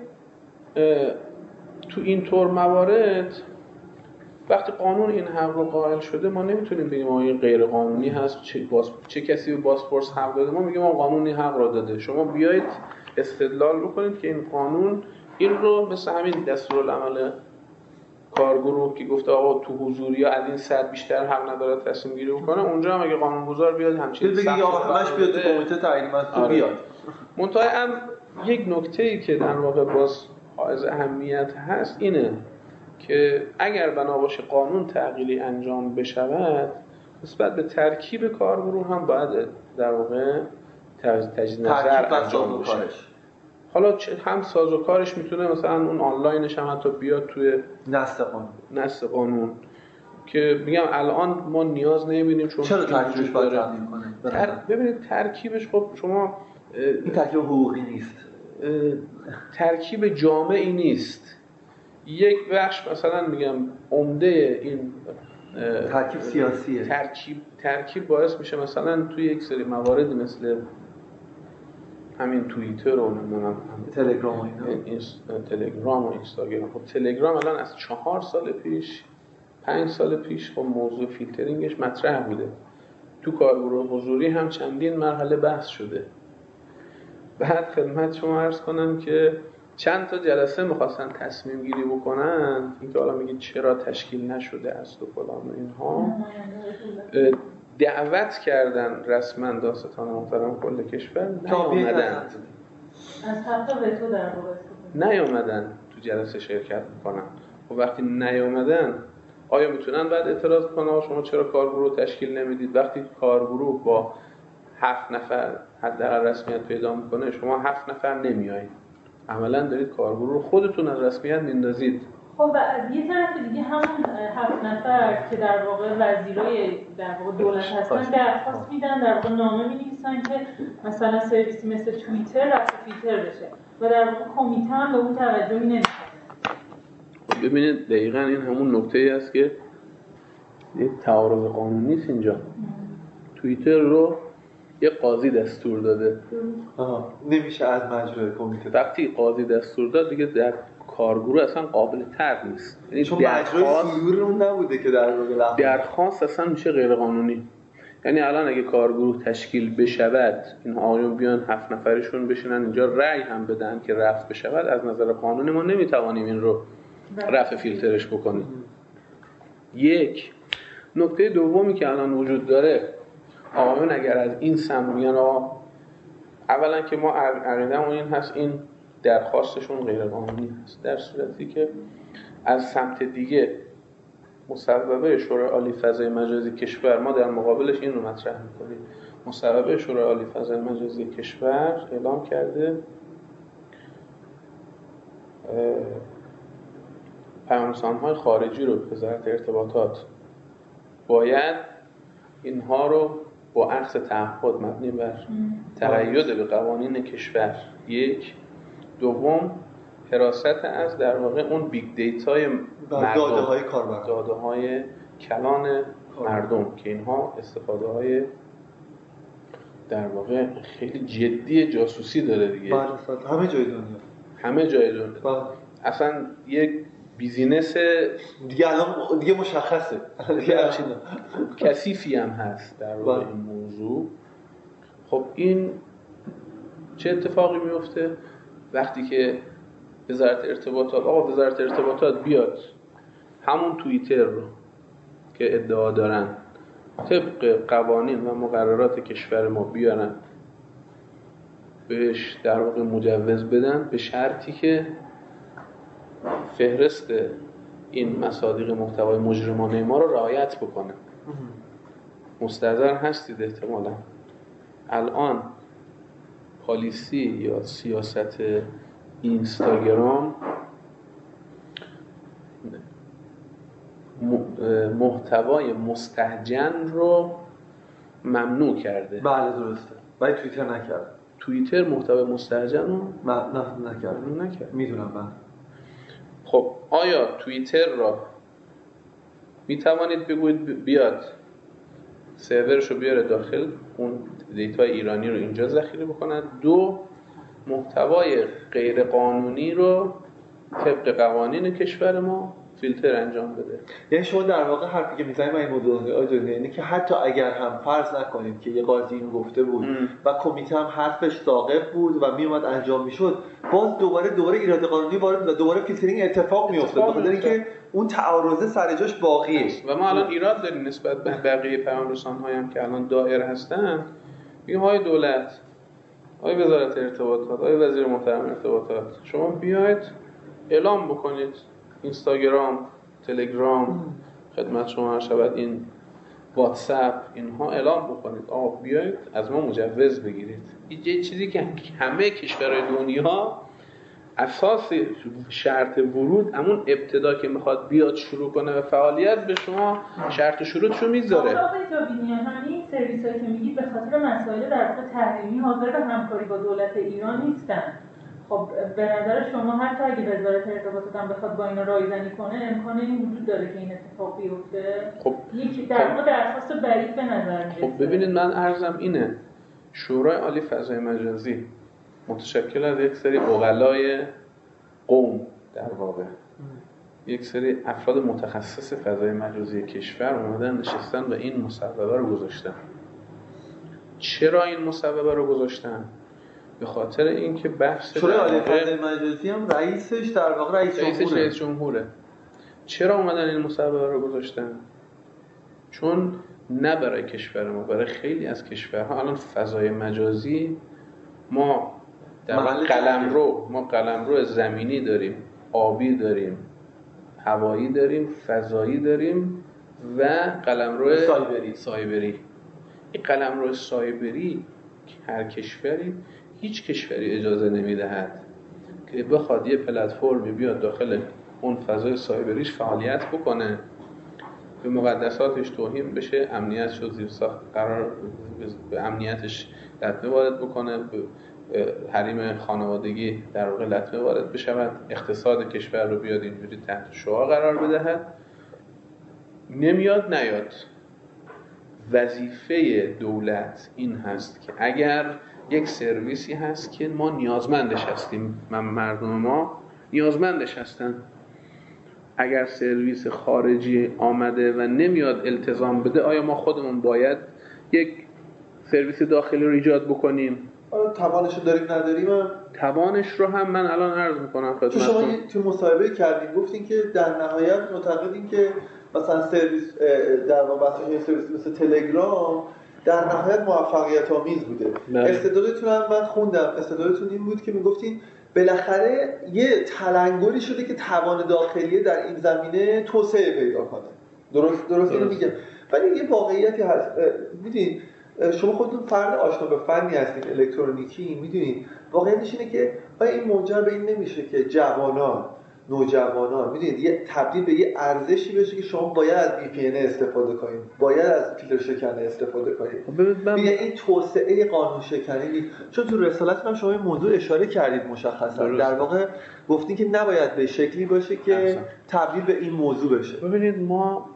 تو این طور موارد وقتی قانون این حق رو قائل شده ما نمیتونیم بگیم این غیر قانونی هست، چه کسی به بازپرس حق داده. ما میگیم قانونی حق را داده. شما بیایید استدلال بکنید که این قانون این رو مثل همین دستورالعمل کارگروه که گفته آقا تو حضوری یا از این سطح بیشتر حق نداره تصمیم گیری بکنه، اونجا هم اگه قانونگذار بیاد همچین بگه آقا همش بیاد تو کمیته تعیین مسئول بیاد. منتها هم یک نکته‌ای که در واقع باز حائز اهمیت هست اینه که اگر بنا باشه قانون تعدیلی انجام بشود نسبت به ترکیب کارگروه هم باید در واقع تجدید نظر انجام بشه. حالا هم سازوکارش میتونه مثلا اون آنلاینش هم حتی بیاد توی نص قانون که میگم الان ما نیاز نمیبینیم چون چرا ترکیبش باید تعیین کنه؟ ببینید ترکیبش خب شما این ترکیب حقوقی نیست، ترکیب جامعی نیست. یک بخش مثلا میگم عمده این ترکیب سیاسیه. ترکیب باعث میشه مثلا توی یک سری مواردی مثل همین توییتر و نمیدونم تلگرام و تلگرام و اینستاگرام. خب تلگرام الان از 4 سال پیش 5 سال پیش خب موضوع فیلترینگش مطرح بوده. تو کارگروه حضوری هم چندین مرحله بحث شده. بعد خدمت شما عرض کنم که چند تا جلسه می‌خواستن تصمیم گیری بکنن اینکه حالا میگید چرا تشکیل نشده است و فلان و اینها. دعوت کردن رسما داستان محترم کل کشور نیامدن. از حتی وتو در واقع نیامدن تو جلسه شرکت بکنن. و وقتی نیامدن آیا میتونن بعد اعتراض کنن شما چرا کارگروه تشکیل نمیدید؟ وقتی کارگروه با 7 نفر حداقل رسمیت پیدا میکنه شما 7 نفر نمیایید، عملا دارید کارگروه رو خودتون از رسمیت میندازید. خب و از یه طرف دیگه همون 7 نفر که در واقع وزیرای در واقع دولت هستن درخواست میدن، در واقع نامه می‌نویسن که مثلا سرویسی مثل توییتر رفع فیلتر بشه و در واقع کمیته هم به اون توجهی نمی‌کنه. خب ببینید دقیقاً این همون نکته‌ای است که یک تعارض قانونی است اینجا. توییتر رو یه قاضی دستور داده. نمیشه از مجرای کمیته. وقتی قاضی دستور داد دیگه در کارگروه اصلا قابل طرح نیست. یعنی چون مجرای صدور اون نبوده که در واقع درخواست اصلا میشه غیر قانونی. یعنی الان اگه کارگروه تشکیل بشود این آقایون بیان 7 نفرشون بشینن اینجا رأی هم بدن که رفع بشود، از نظر قانونی ما نمیتوانیم این رو رفع فیلترش بکنیم. یک نکته دومی که الان وجود داره، آقایون اگر از این سمت میگن اولا که ما عقیده‌مون این هست این درخواستشون غیر قانونی هست، در صورتی که از سمت دیگه مصوبه شورای عالی فضای مجازی کشور ما در مقابلش این رو مطرح می‌کنیم. مصوبه شورای عالی فضای مجازی کشور اعلام کرده پیام‌رسان‌های خارجی رو وزارت ارتباطات باید اینها رو با اخذ تعهد مبنی بر تقید به قوانین کشور، یک، دوم حراست از در واقع اون بیگ دیتای داده‌های کاربران، داده‌های کلان مردم که اینها استفاده‌های در واقع خیلی جدی جاسوسی داره دیگه. همه جای دنیا. اصلا یک بیزینس دیگه الان دیگه مشخصه. کثیفی هم هست در واقع این موضوع. خب این چه اتفاقی میفته وقتی که وزارت ارتباطات، آقا وزارت ارتباطات بیاد همون توییتر رو که ادعا دارن طبق قوانین و مقررات کشور ما بیارن بهش در واقع مجوز بدن، به شرطی که فهرست این مصادیق محتوای مجرمانه ما رو رعایت بکنه. مستحضر هستید احتمالا الان پالیسی یا سیاست اینستاگرام محتوای مستهجن رو ممنوع کرده. بله درسته. ولی توییتر نکرده. توییتر محتوای مستهجن رو نکرده. میدونم من. خب آیا توییتر را میتوانید بگویید بیاد سرورش رو بیاره داخل، اون دیتای ایرانی رو اینجا ذخیره بکنن؟ دو، محتوای غیر قانونی رو طبق قوانین کشور ما فیلتر انجام بده. یعنی شما در واقع حرفی که میزنید من این موضوع آجوری، یعنی که حتی اگر هم فرض نکنیم که یه قاضی اینو گفته بود و کمیته هم حرفش ثاقب بود و میومد انجام میشد، باز دوباره ایراد قانونی وارد و دوباره فیلترینگ اتفاق میفته، بخاطر اینکه اون تعارض سر جاش باقیه. و ما الان ایراد داریم نسبت به بقیه پیام‌رسان‌هایی هم که الان دایر هستن، میگیم های دولت، های وزارت ارتباطات، های وزیر محترم ارتباطات، شما بیاید اعلام بکنید اینستاگرام، تلگرام، خدمت شما شود این واتساپ، اینها اعلام بکنید آقا بیاید از ما مجوز بگیرید. این چیزی که همه کشورهای دنیا اساس شرط ورود، همون ابتدا که میخواد بیاد شروع کنه و فعالیت، به شما شرط شروطشو میذاره. آقای جاویدی، همین سرویسایی که میگید به خاطر مسائل در واقع تحریمی حاضر به همکاری با دولت ایران نیستن. خب به نظر شما حتی اگه وزارت ارتباطات هم بخواد با اینا رایزنی کنه، امکان این وجود داره که این اتفاق بیفته؟ خب یکی در واقع درخواست بعید به نظر میاد. خب ببینید، من عرضم اینه، شورای عالی فضای مجازی متشکل از یک سری عقلای قوم، در واقع یک سری افراد متخصص فضای مجازی کشور اومدن نشستن و این مصوبه رو گذاشتن. چرا این مصوبه رو گذاشتن؟ به خاطر اینکه بحث شورای عالی فضای مجازی هم رئیسش در واقع رئیس جمهوره. چرا اومدن این مصوبه رو گذاشتن؟ چون نه برای کشور ما، برای خیلی از کشورها الان فضای مجازی ما در قلمرو زمینی داریم، آبی داریم، هوایی داریم، فضایی داریم و قلمرو سایبری. این قلمرو سایبری هر کشوری، هیچ کشوری اجازه نمیدهد که بخواد یه پلتفرمی بیاد داخل اون فضای سایبریش فعالیت بکنه، به مقدساتش توهین بشه، امنیتش رو زیر ساخت قرار، به امنیتش لطمه وارد بکنه، به حریم خانوادگی در واقع لطمه وارد بشود، اقتصاد کشور رو بیاد اینجوری تحت شعاع قرار بدهد. نیاد. وظیفه دولت این هست که اگر یک سرویسی هست که ما نیازمندش هستیم، مردم ما نیازمندش هستن، اگر سرویس خارجی آمده و نمیاد التزام بده، آیا ما خودمون باید یک سرویس داخلی رو ایجاد بکنیم؟ توانش رو داریم نداریم؟ توانش رو هم من الان عرض میکنم خدمتتون. شما تو مصاحبه کردین گفتین که در نهایت معتقدین که مثلا سرویس در واقع سرویس مثل تلگرام در نهایت موفقیت آمیز بوده. استدلالتون هم من خوندم، استدلالتون این بود که میگفتین بالاخره یه تلنگری شده که توان داخلی در این زمینه توسعه پیدا کنه. درست اینو میگم. ولی یه واقعیتی هست، میدونید شما خودتون فرد آشنا به فنی هستید، الکترونیکی، میدونید واقعیتش اینه که آیا این منجر به این نمیشه که نوجوانان میدونید یه تبدیل به یه ارزشی بشه که شما باید از VPN استفاده کنید، باید از فیلتر شکنی استفاده کنید. این توسعه قانون شکنی، چون تو رسالتتون هم شما این موضوع اشاره کردید مشخصا، در واقع گفتین که نباید به شکلی باشه که تبدیل به این موضوع بشه. ببینید ما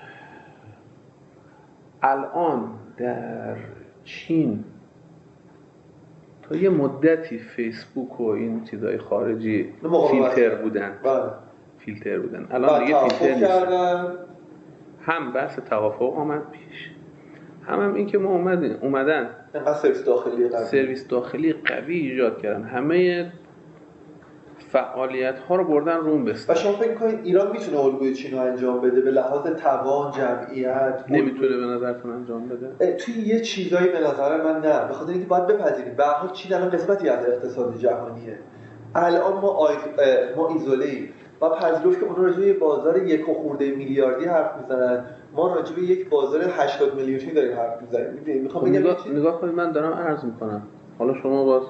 الان در چین تا یه مدتی فیسبوک و این چیزای خارجی فیلتر بودن. الان دیگه فیلتر نیستن. هم بحث توافق آمد پیش، هم این که ما اومدن سرویس داخلی قوی ایجاد کردن. همه فعالیت‌ها رو بردن روم بستن. و شما فکر می‌کنید ایران میتونه الگوی چین رو انجام بده به لحاظ توان، جمعیت؟ نمیتونه به نظرتون انجام بده؟ توی یه چیزایی به نظر من نه، به خاطر اینکه باید بپذیریم به هر حال چین الان قسمتی از اقتصاد جهانیه. الان ما ایزوله‌ایم و پذیرفت که اونها راجع به بازار 1 خورده میلیاردی حرف میزنن، ما راجع به یک بازار 80 میلیونی داریم حرف میزنیم. میخوام بگم نگاه کنید، من دارم عرض میکنم، حالا شما باز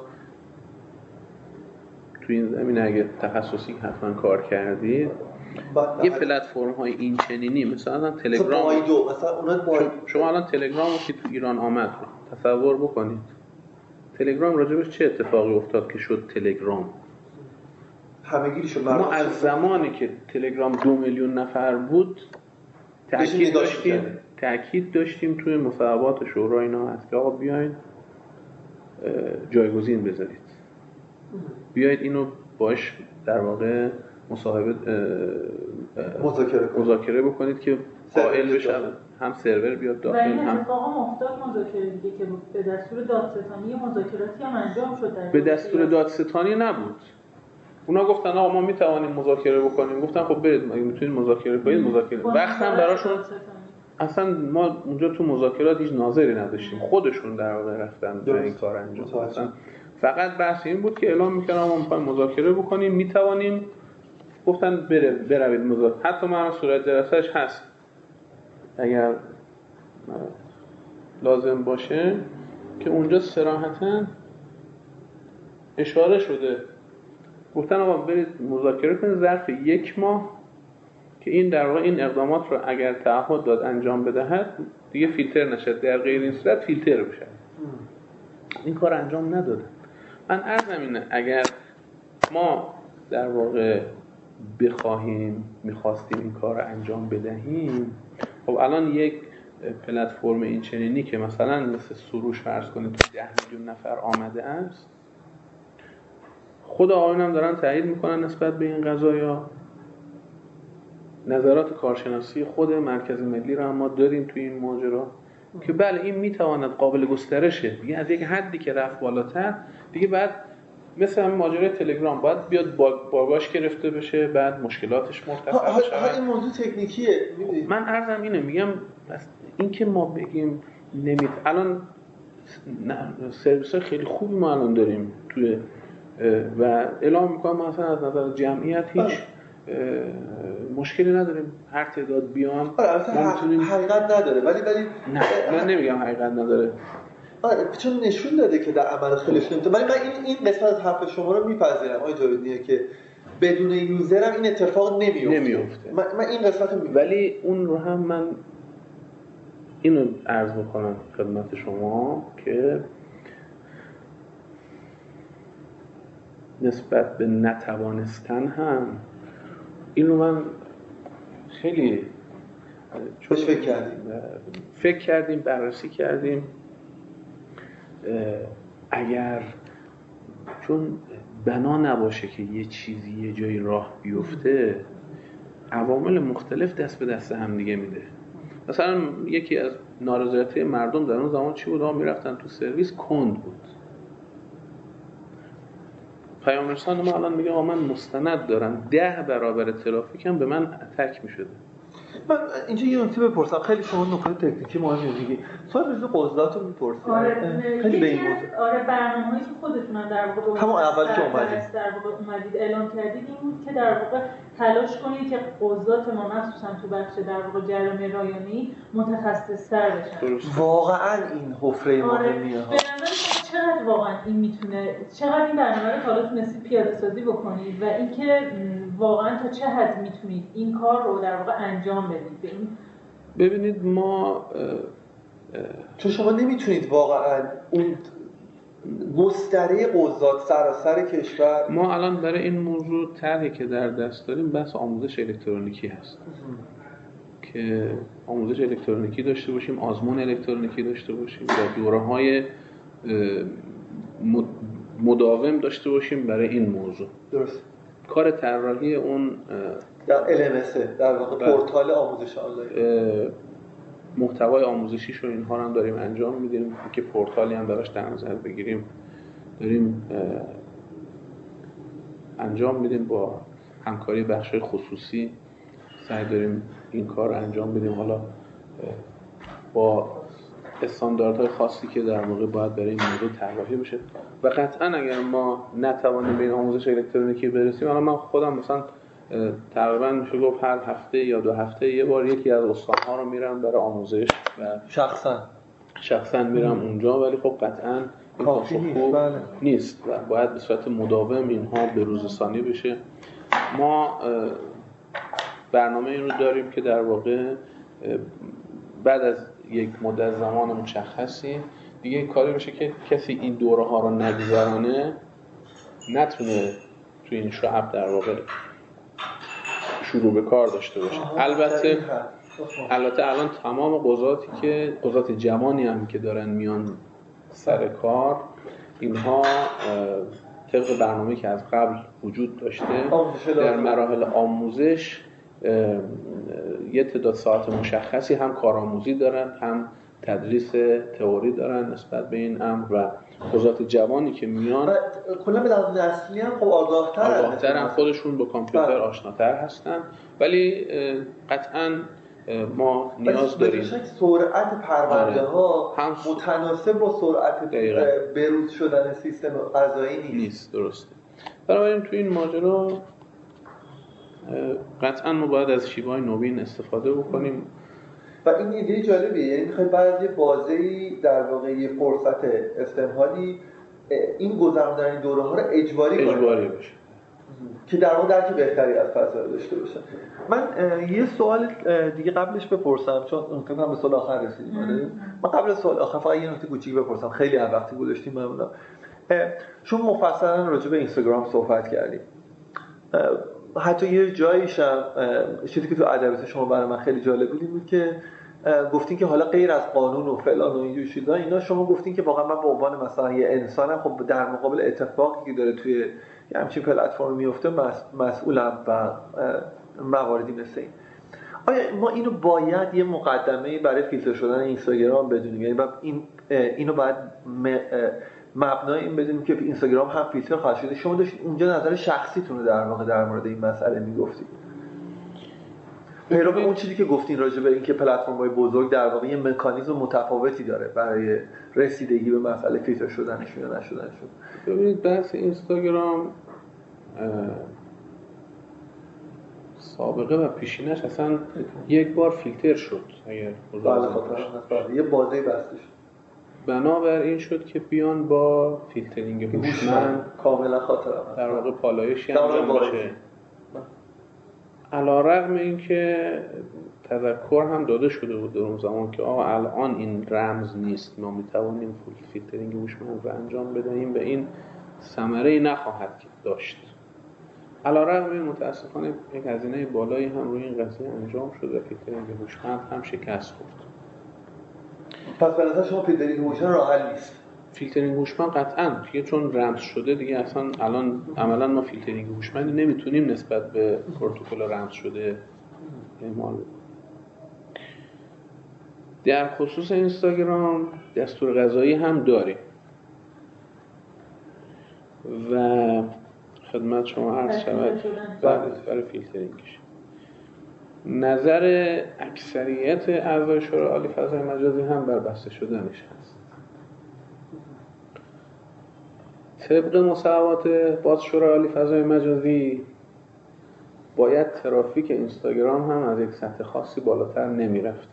تو این زمینه اگه تخصصی حتما کار کردید، یه پلتفرم های این چنینی مثلا تلگرام، شما الان تلگرام که تو ایران آمد تصور بکنید، تلگرام راجبش چه اتفاقی افتاد که شد تلگرام؟ همگیری شد. ما از زمانی که تلگرام 2 میلیون نفر بود تأکید داشتیم توی مصوبات شورای اینا هست که آقا بیاین جایگزین بذارید، بیاید اینو باش در واقع مذاکره بکنید که قائل بشه هم سرور بیاد داخل. هم اتفاقا افتاد مذاکره دیگه که به دستور دادستانی مذاکراتی هم انجام شد. به دستور دادستانی نبود، اونا گفتن آقا ما میتوانیم مذاکره بکنیم، گفتن خب برید اگه میتونید مذاکره کنید مذاکره. وقتاً براشون اصلا ما اونجا تو مذاکرات هیچ ناظری نداشتیم، خودشون در واقع رفتن برای این کار انجام دادن. فقط بحث این بود که اعلام می‌کردن ما می‌خوایم مذاکره بکنیم، میتوانیم، گفتن بروید مذاکره. حتی من صورت جلسه‌اش هست اگر لازم باشه که اونجا صراحتاً اشاره شده، گفتن آقا برید مذاکره کنید ظرف 1 ماه که این در واقع این اقدامات رو اگر تعهد داد انجام بدهد دیگه فیلتر نشه، در غیر این صورت فیلتر بشه. این کار انجام نداده. من عرضم اینه اگر ما در واقع میخواستیم این کار رو انجام بدهیم، خب الان یک پلتفرم این چنینی که مثلا مثل سروش فرض کنید تو 10 میلیون نفر آمده است، خود آقایون هم دارن تایید میکنن نسبت به این قضایا. نظرات کارشناسی خود مرکز ملی رو هم ما داریم توی این ماجرا که بله این میتواند قابل گسترشه دیگه، از یک حدی که رفت بالاتر دیگه بعد مثل همین ماجرای تلگرام باید بیاد باگاش گرفته بشه، بعد مشکلاتش مرتفع بشه. این موضوع تکنیکیه. من عرضم اینه، میگم این که ما بگیم الان سرویس‌های خیلی خوبی ما الان داریم توی و اعلام میکنم مثلا از نظر جمعیت هیچ مشکلی نداریم، هر تعداد بیان ما میتونیم. حقیقت نداره ولی نه من نمیگم حقیقت نداره، چون نشون داده که در عمل خیلی خوبه. ولی من این قسمت از حرف شما رو میپذیرم آقای جاویدیه که بدون یوزرم این اتفاق نمیفته. من این قسمت رو ولی اون رو هم من اینو عرض میکنم خدمت شما که نسبت به نتوانستن هم اینو من خیلی فکر کردیم بررسی کردیم. اگر چون بنا نباشه که یه چیزی یه جایی راه بیفته، عوامل مختلف دست به دست هم دیگه میده. مثلا یکی از نارضایتی مردم در اون زمان چی بود؟ میرفتن تو سرویس کند بود. پیام رسان ما الان میگه من مستند دارم 10 برابر ترافیکم به من اتک میشده. من اینجا یه نکته بپرسم، خیلی شما نکته تکنیکی مهمی میگی. سوال روز قضات رو میپرسید. خیلی به این موضوع. برنامه‌ای که خودتون در واقع همون اول که اومدید در واقع اومدید اعلام کردید این بود که در واقع تلاش کنید که قضات ما مخصوصا تو بخش در واقع جرایم رایانه‌ای متخصص‌تر بشن. واقعا این حفره مهمیه ها. به نظر چقدر واقعا این میتونه، چقدر این برنامه رو حالا تونستید پیاده سازی بکنید و اینکه واقعا تا چه حد میتونید این کار رو در واقع انجام بدید؟ ببینید ما چون شما نمیتونید واقعا اون گستره قضات سراسر کشور. ما الان برای این موضوع طرحی که در دست داریم بحث آموزش الکترونیکی هست که آموزش الکترونیکی داشته باشیم، آزمون الکترونیکی داشته باشیم و دوره‌های مداوم داشته باشیم برای این موضوع. درست. کار طراحی اون در LMS در واقع پورتال آموزش آنلاین، محتوای آموزشیش رو اینها رو هم داریم انجام میدیم که پورتالی هم براش در نظر بگیریم. داریم انجام میدیم، با همکاری بخش خصوصی سعی داریم این کار رو انجام بدیم، حالا با استانداردهای خاصی که در واقع باید برای این موضوع طراحی بشه. و قطعا اگر ما نتوانیم به این آموزش الکترونیکی برسیم، الان من خودم مثلا تقریبا میشه گفت هر هفته یا 2 هفته یه بار یکی از استان‌ها رو میرم برای آموزش و شخصا میرم اونجا، ولی خب قطعا این کافی نیست و باید به صورت مداوم اینها بروزرسانی بشه. ما برنامه این رو داریم که در واقع بعد از یک مدت زمان مشخصی دیگه کاری بشه که کسی این دوره ها رو نگذرانه نتونه توی این شعب در واقع شروع به کار داشته باشه. البته الان تمام قضات جوانی هم که دارن میان سر کار، اینها طبق برنامه‌ای که از قبل وجود داشته در مراحل آموزش یه تعداد ساعت مشخصی هم کارآموزی دارن، هم تدریس تئوری دارن نسبت به این امر و قضات جوانی که میان کلا به لحاظ نسلی هم خب آگاه‌ترن، خودشون با کامپیوتر آشناتر هستن، ولی قطعاً ما نیاز داریم سرعت پرونده ها متناسب با سرعت بروز شدن سیستم قضایی نیست. درسته. بنابراین تو این ماجرا قطعا ما باید از شیوه‌های نوین استفاده بکنیم و این ایده جالبیه. یعنی میخوای بعد از یه بازه‌ای در واقع یه فرصت استمهالی این گذراندن این دوره ها رو اجباری بشه که در واقع درک بهتری از فضا داشته باشه. من یه سوال دیگه قبلش بپرسم، چون فکر به سوال آخر رسیدیم. من قبل از سوال آخر فقط یه نکته کوچیک بپرسم، خیلی وقتی گذاشتیم. ممنونم. چون مفصلا راجع به اینستاگرام صحبت کردیم، حتی یه جاییش هم چیزی که تو ادبیات شما برای من خیلی جالب بود که گفتین که حالا غیر از قانون و فلان و اینجور چیزا، اینا شما گفتین که واقعا من به عنوان مثلا یه انسانم خب در مقابل اتفاقی که داره توی همچین پلتفرم میفته مسئولم و مواردی مثل این. آیا ما اینو باید یه مقدمه برای فیلتر شدن اینستاگرام بدونیم؟ یعنی اینو باید مبنای این بدونیم که اینستاگرام هم فیلتر خواهد شده؟ شما داشتید اونجا نظر شخصیتون رو در واقع در مورد این مسئله میگفتید. پیرو اون چیزی که گفتین راجع به این که پلتفرم‌های بزرگ در واقع یه مکانیزم متفاوتی داره برای رسیدگی به مسئله فیلتر شدنشون یا نشدنشون. ببینید بحث اینستاگرام سابقه و پیشینش اصلا یک بار فیلتر شد. اگر یه بازه بسته شد. بنابر این شد که بیان با فیلترینگ هوشمند کاملا خاطرم در واقع پالایشی انجام بشه. علی‌رغم اینکه تذکر هم داده شده بود در اون زمان که الان این رمز نیست، ما میتوانیم فیلترینگ هوشمند رو انجام بدهیم و این ثمره‌ای نخواهد داشت. علی‌رغم این متاسفانه یک هزینه بالایی هم روی این قضیه انجام شد و فیلترینگ هوشمند هم شکست خورد. پس به نظر شما فیلترینگ هوشمند راه حل نیست؟ فیلترینگ هوشمند قطعاً دیگه چون رمز شده دیگه اصلا الان عملاً ما فیلترینگ هوشمندی نمیتونیم نسبت به پروتکل رمز شده اعمال بکنیم. در خصوص اینستاگرام دستور قضایی هم داریم و خدمت شما عرض شود برای فیلترینگش. نظر اکثریت اعضای شورای عالی فضای مجازی هم بر بسته شدنش هست. طبق مصوبات باز شورای عالی فضای مجازی باید ترافیک اینستاگرام هم از یک سطح خاصی بالاتر نمی رفته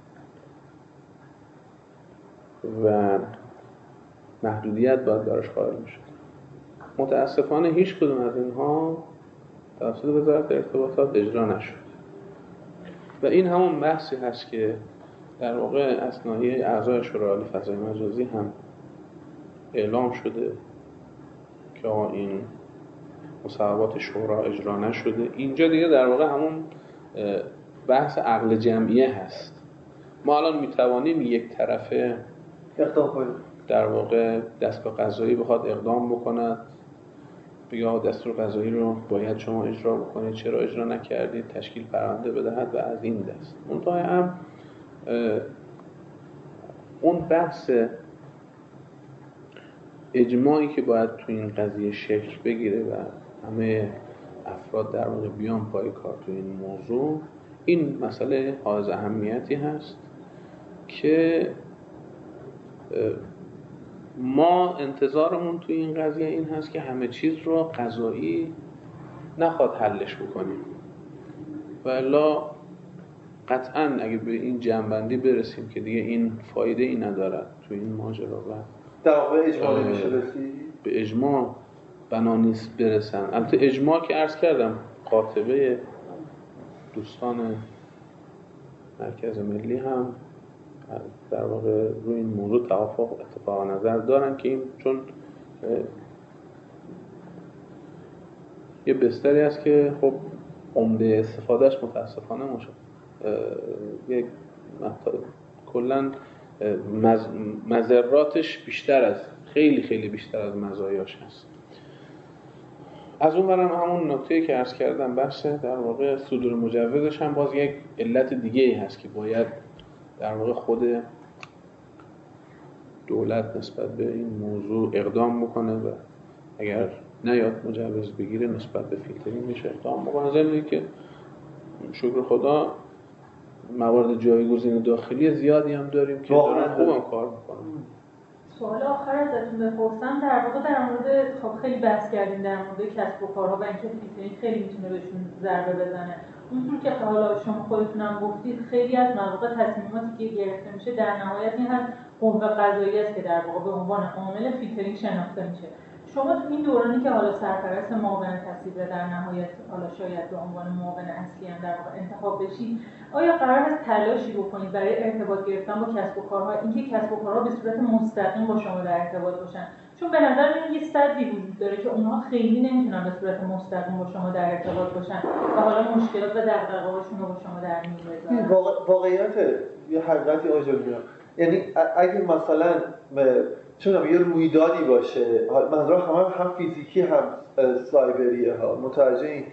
و محدودیت باید براش قائل می شد. متاسفانه هیچ کدوم از اینها توسط وزارت ارتباطات اجرا نشد و این همون بحثی هست که در واقع اثنایی اعضای شورای عالی فضای مجازی هم اعلام شده که این مصوبات شورا اجرا نشده. اینجا دیگه در واقع همون بحث عقل جمعیه هست. ما الان میتوانیم یک طرفه اقدام کنیم، در واقع دستگاه قضایی بخواد اقدام بکند، بگه دستور قضایی رو باید شما اجرا بکنید، چرا اجرا نکردید، تشکیل پرونده بدهد و از این دست. منتها هم اون بحث اجماعی که باید تو این قضیه شکل بگیره و همه افراد در واقع بیان پای کار تو این موضوع، این مسئله حائز اهمیتی هست که ما انتظارمون تو این قضیه این هست که همه چیز رو قضایی نخواد حلش بکنیم، و الا قطعاً اگه به این جنبندی برسیم که دیگه این فایده ای ندارد تو این ماجرا و در واقع اجماع نمیشه رسید، به اجماع بنا نیست برسن. البته اجماع که عرض کردم قاطبه دوستان مرکز ملی هم در واقع روی این موضوع توافق اتفاق نظر دارن که این چون یه بستری است که خب عمده استفادهش متاسفانه یک کلاً مضراتش بیشتر از خیلی بیشتر از مزایاش هست. از اون برم همون نکته‌ای که عرض کردم بحث در واقع صدور مجوزش هم باز یک علت دیگه‌ای هست که باید در واقع خود دولت نسبت به این موضوع اقدام بکنه و اگر نیاد مجوز بگیره نسبت به فیلترینگ میشه اقدام بکنه. ضمن که شکر خدا موارد جایگزین داخلی زیادی هم داریم که دارن خوبم کار میکنن. سوال آخر ازتون بپرسم در واقع در مورد خب خیلی بحث کردیم در مورد کسب و کارها و اینکه فیلترینگ خیلی میتونه بهشون ضربه بزنه. اونجور که حالا شما خودتونم گفتید خیلی از مواقع تصمیماتی که گرفته میشه در نهایت این هم قوه قضاییه است که در واقع به عنوان عامل فیلترینگ شناخته میشه. شما تو این دورانی که حالا سرپرست معاون تصویب در نهایت حالا شاید به عنوان معاون اصلی هم در واقع انتخاب بشید، آیا قرار است تلاشی بکنید برای ارتباط گرفتن با کسب و کارها، اینکه کسب و کارها به صورت مستقیم با شما در ارتباط باشن؟ چون به نظر من یه سدی وجود داره که اونها خیلی نمیتونن به صورت مستقیم با شما در ارتباط باشن و حالا مشکلات و دغدغه‌هاشون رو با شما در میون بذارن. واقعیت یه حقیقتی آجر میاد. یعنی اگه مثلا چون یه رویدادی باشه، منظورم هم فیزیکی هم سایبریه ها، متوجه این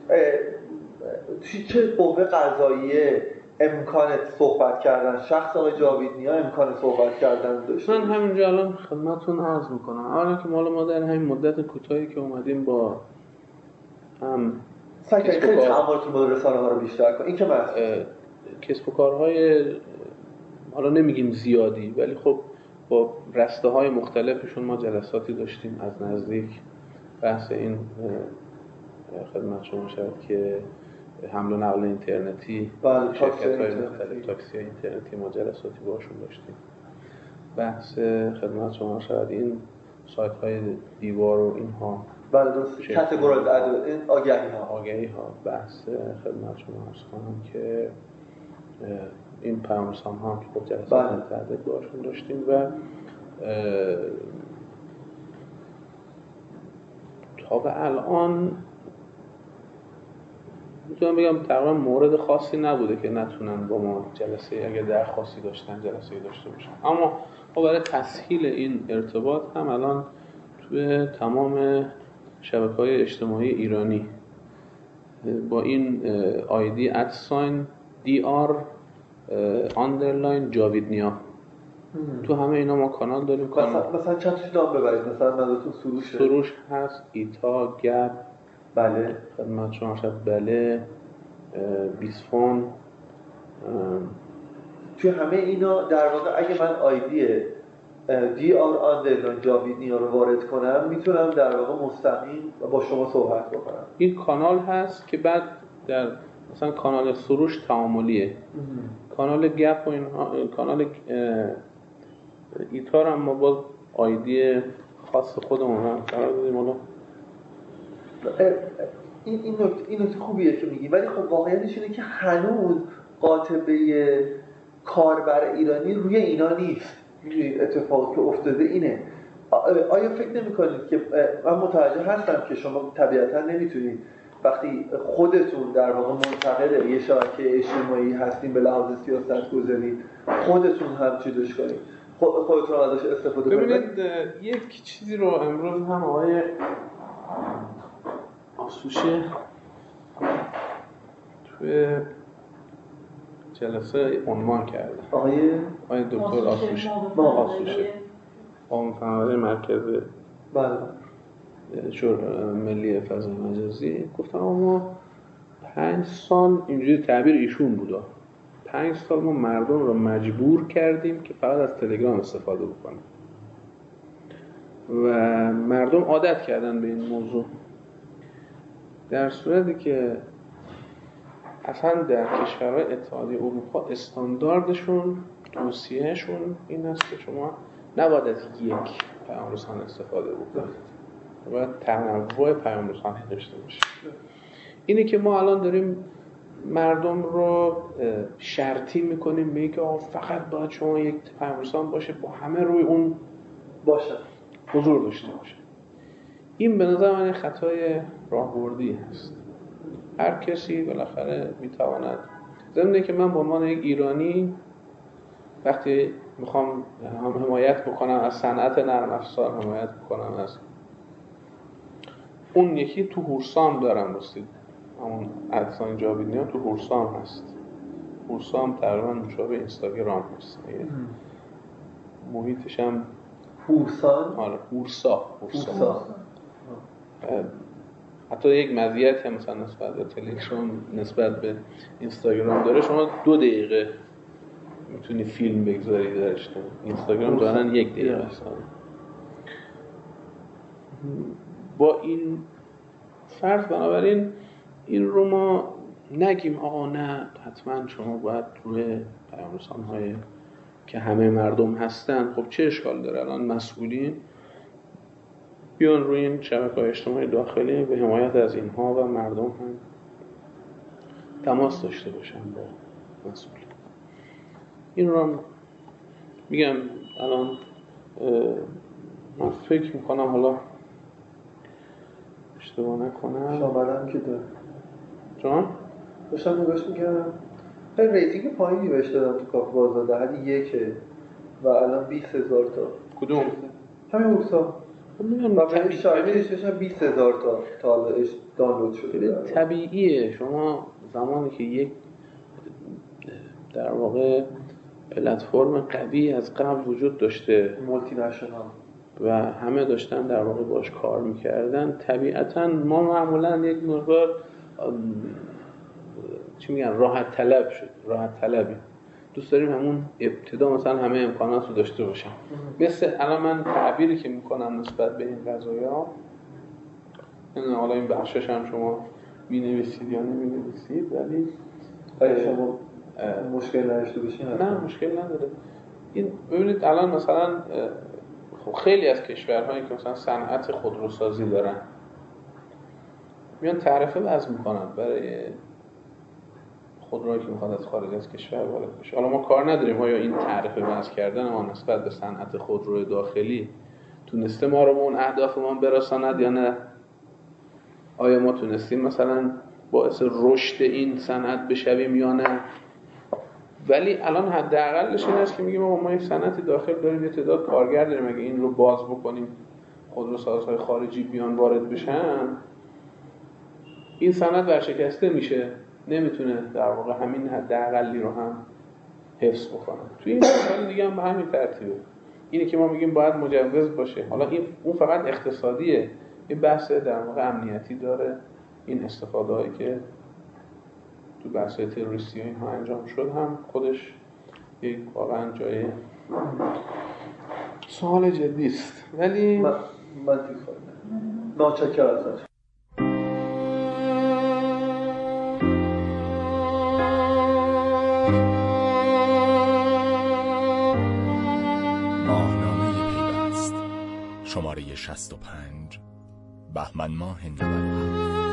چه قوه قضاییه امکان صحبت کردن، شخص آقای جاویدنیا امکان صحبت کردن داشت. من همینجا الان خدمتتون عرض میکنم. اولا که ما در همین مدت کوتاهی که اومدیم با هم خیلی تعاملتون با رسانه ها رو بیشتر کن. این که کسب و کارهای حالا نمیگیم زیادی ولی خب با رسته های مختلفشون ما جلساتی داشتیم از نزدیک. بحث این خدمت شما شد که حمل و نقل اینترنتی، شرکت های مختلف تاکسی اینترنتی ما جلساتی باشون داشتیم. بحث خدمت شما شد این سایت های دیوار و اینها، بله درست، کاتگوری آگهی ها. بحث خدمت شما عرض کنم که این پیام‌رسان ها که خب جلسات متعدد باشون داشتیم و تا به الان میتونم بگم تقریبا مورد خاصی نبوده که نتونن با ما جلسه اگر درخواستی داشتن جلسه داشته باشن. اما خب برای تسهیل این ارتباط هم الان توی تمام شبکه‌های اجتماعی ایرانی با این آیدی @DR جاویدنیا تو همه اینا ما کانال داریم. مثلا چند تا نام ببرید. مثلا منظورتون سروش هست، ایتا، گپ، بله خدمت شما شد، بله، بیسفون. توی همه اینا در واقع اگه من آیدی DR جاویدنیا رو وارد کنم میتونم در واقع مستقیم با شما صحبت بکنم. این کانال هست که بعد در مثلا کانال سروش تعاملیه، کانال گپ و اینها، کانال ایتار هم ما باز آیدی خاص خودمون هم قرار دادیم. حالا این نکته خوبیه که میگی، ولی خب واقعیتش اینه که هنوز قاطبه کاربر ایرانی روی اینا نیست. میدونید اتفاقی که افتاده اینه. آیا فکر نمی‌کنید که من متوجه هستم که شما طبیعتاً نمیتونید وقتی خودتون در واقع منتقل یه شبکه اجتماعی هستین به لحاظ سیاست گذاری خودتون هم چیزش کنید، خودتون ازش استفاده کنید. ببینید یک چیزی رو امروز هم آقای آسوشه توی جلسه عنوان کرده. آقای دکتر آسوشه معاون فرمانده مرکز. بله. ملی فضای مجازی، گفتم ما 5 سال، اینجوری تعبیر ایشون بودا، 5 سال ما مردم رو مجبور کردیم که فقط از تلگرام استفاده بکنن و مردم عادت کردن به این موضوع، در صورتی که اصلا در کشورهای اتحادیه اروپا استانداردشون، توصیهشون این است که شما نباید از یک پیام رسان استفاده بکنید، باید تنوع پیام رسانی داشته باشید. اینه که ما الان داریم مردم رو شرطی میکنیم به اینکه فقط باید شما یک پیام رسان باشه، با همه روی اون باشه، حضور داشته باشه. این به نظر من خطای راهبردی هست. هر کسی بالاخره میتواند، ضمن که من به عنوان یک ایرانی وقتی میخوام حمایت بکنم از صنعت نرم افزار، حمایت بکنم از اون یکی، تو هورسام دارم رسید، همون ادسان جاویدنی تو هورسام هست. هورسام تقریبا مشابه اینستاگرام هست، محیطش هم هورسان؟ آره، هورسا. حتی یک مزیت هم مثلا نسبت به تلگرام نسبت به اینستاگرام داره، شما 2 دقیقه میتونی فیلم بگذاری درش، اینستاگرام دارن 1 دقیقه است. با این فرض بنابراین این رو ما نگیم آقا نه حتما شما باید روی پیام رسان‌های که همه مردم هستن، خب چه اشکال داره؟ الان مسئولین بیان روی این شبکه‌های اجتماعی داخلی به حمایت از اینها و مردم هم تماس داشته باشن با مسئولین. این رو هم میگم الان من فکر میکنم، حالا اشتباه نکنم شاملم که داره جان داشتم نگاش میکردم، خیلی ریتینگ پایینی بهش دادم تو کافه بازار، حدی 1 و الان 20,000 تا. کدوم؟ همین هورسا. و به شارکش بشن 20,000 تا حالش دانلود شده. طبیعیه شما زمانی که یک در واقع پلتفرم قوی از قبل وجود داشته، مولتی نشنال، و همه داشتن در واقع باش کار میکردن، طبیعتاً ما معمولاً یک مقدار چی میگن راحت طلبی دوست داریم همون ابتدا مثلا همه امکانات رو داشته باشم. مثل الان من تعبیری که میکنم نسبت به این قضایا، حالا این بخشش هم شما می‌نویسید یا نمی‌نویسید، ولی شما مشکل نداشته باشین؟ نه مشکل نداره. این ببینید الان مثلا خب خیلی از کشورهایی که مثلا صنعت خودروسازی دارن میان تعرفه وضع میکنن برای خودرویی که میخواد از خارج از کشور وارد بشه. حالا ما کار نداریم آیا این تعرفه وضع کردن ما نسبت به صنعت خودرو داخلی تونسته ما رو به اون اهدافمون برساند یا نه، آیا ما تونستیم مثلا باعث رشد این صنعت بشویم یا نه. ولی الان حداقلش این است که میگیم ما یک صنعت داخل داریم، یه تعداد کارگر داریم، اگه این رو باز بکنیم خودروسازهای خارجی بیان وارد بشن، این صنعت ورشکسته میشه، نمیتونه در واقع همین حداقلی رو هم حفظ بکنه. توی این مثال دیگه هم به همین ترتیبه. اینه که ما میگیم باید مجوز باشه. حالا این اون فقط اقتصادیه، این بحث در واقع امنیتی داره. این استفاده‌هایی که تو بحث تروریستی اینها انجام شد هم خودش یک واقعا جای سوال جدی است. ولی من ناچکر ازش. ماهنامه پیوست شماره 65 بهمن ماه 97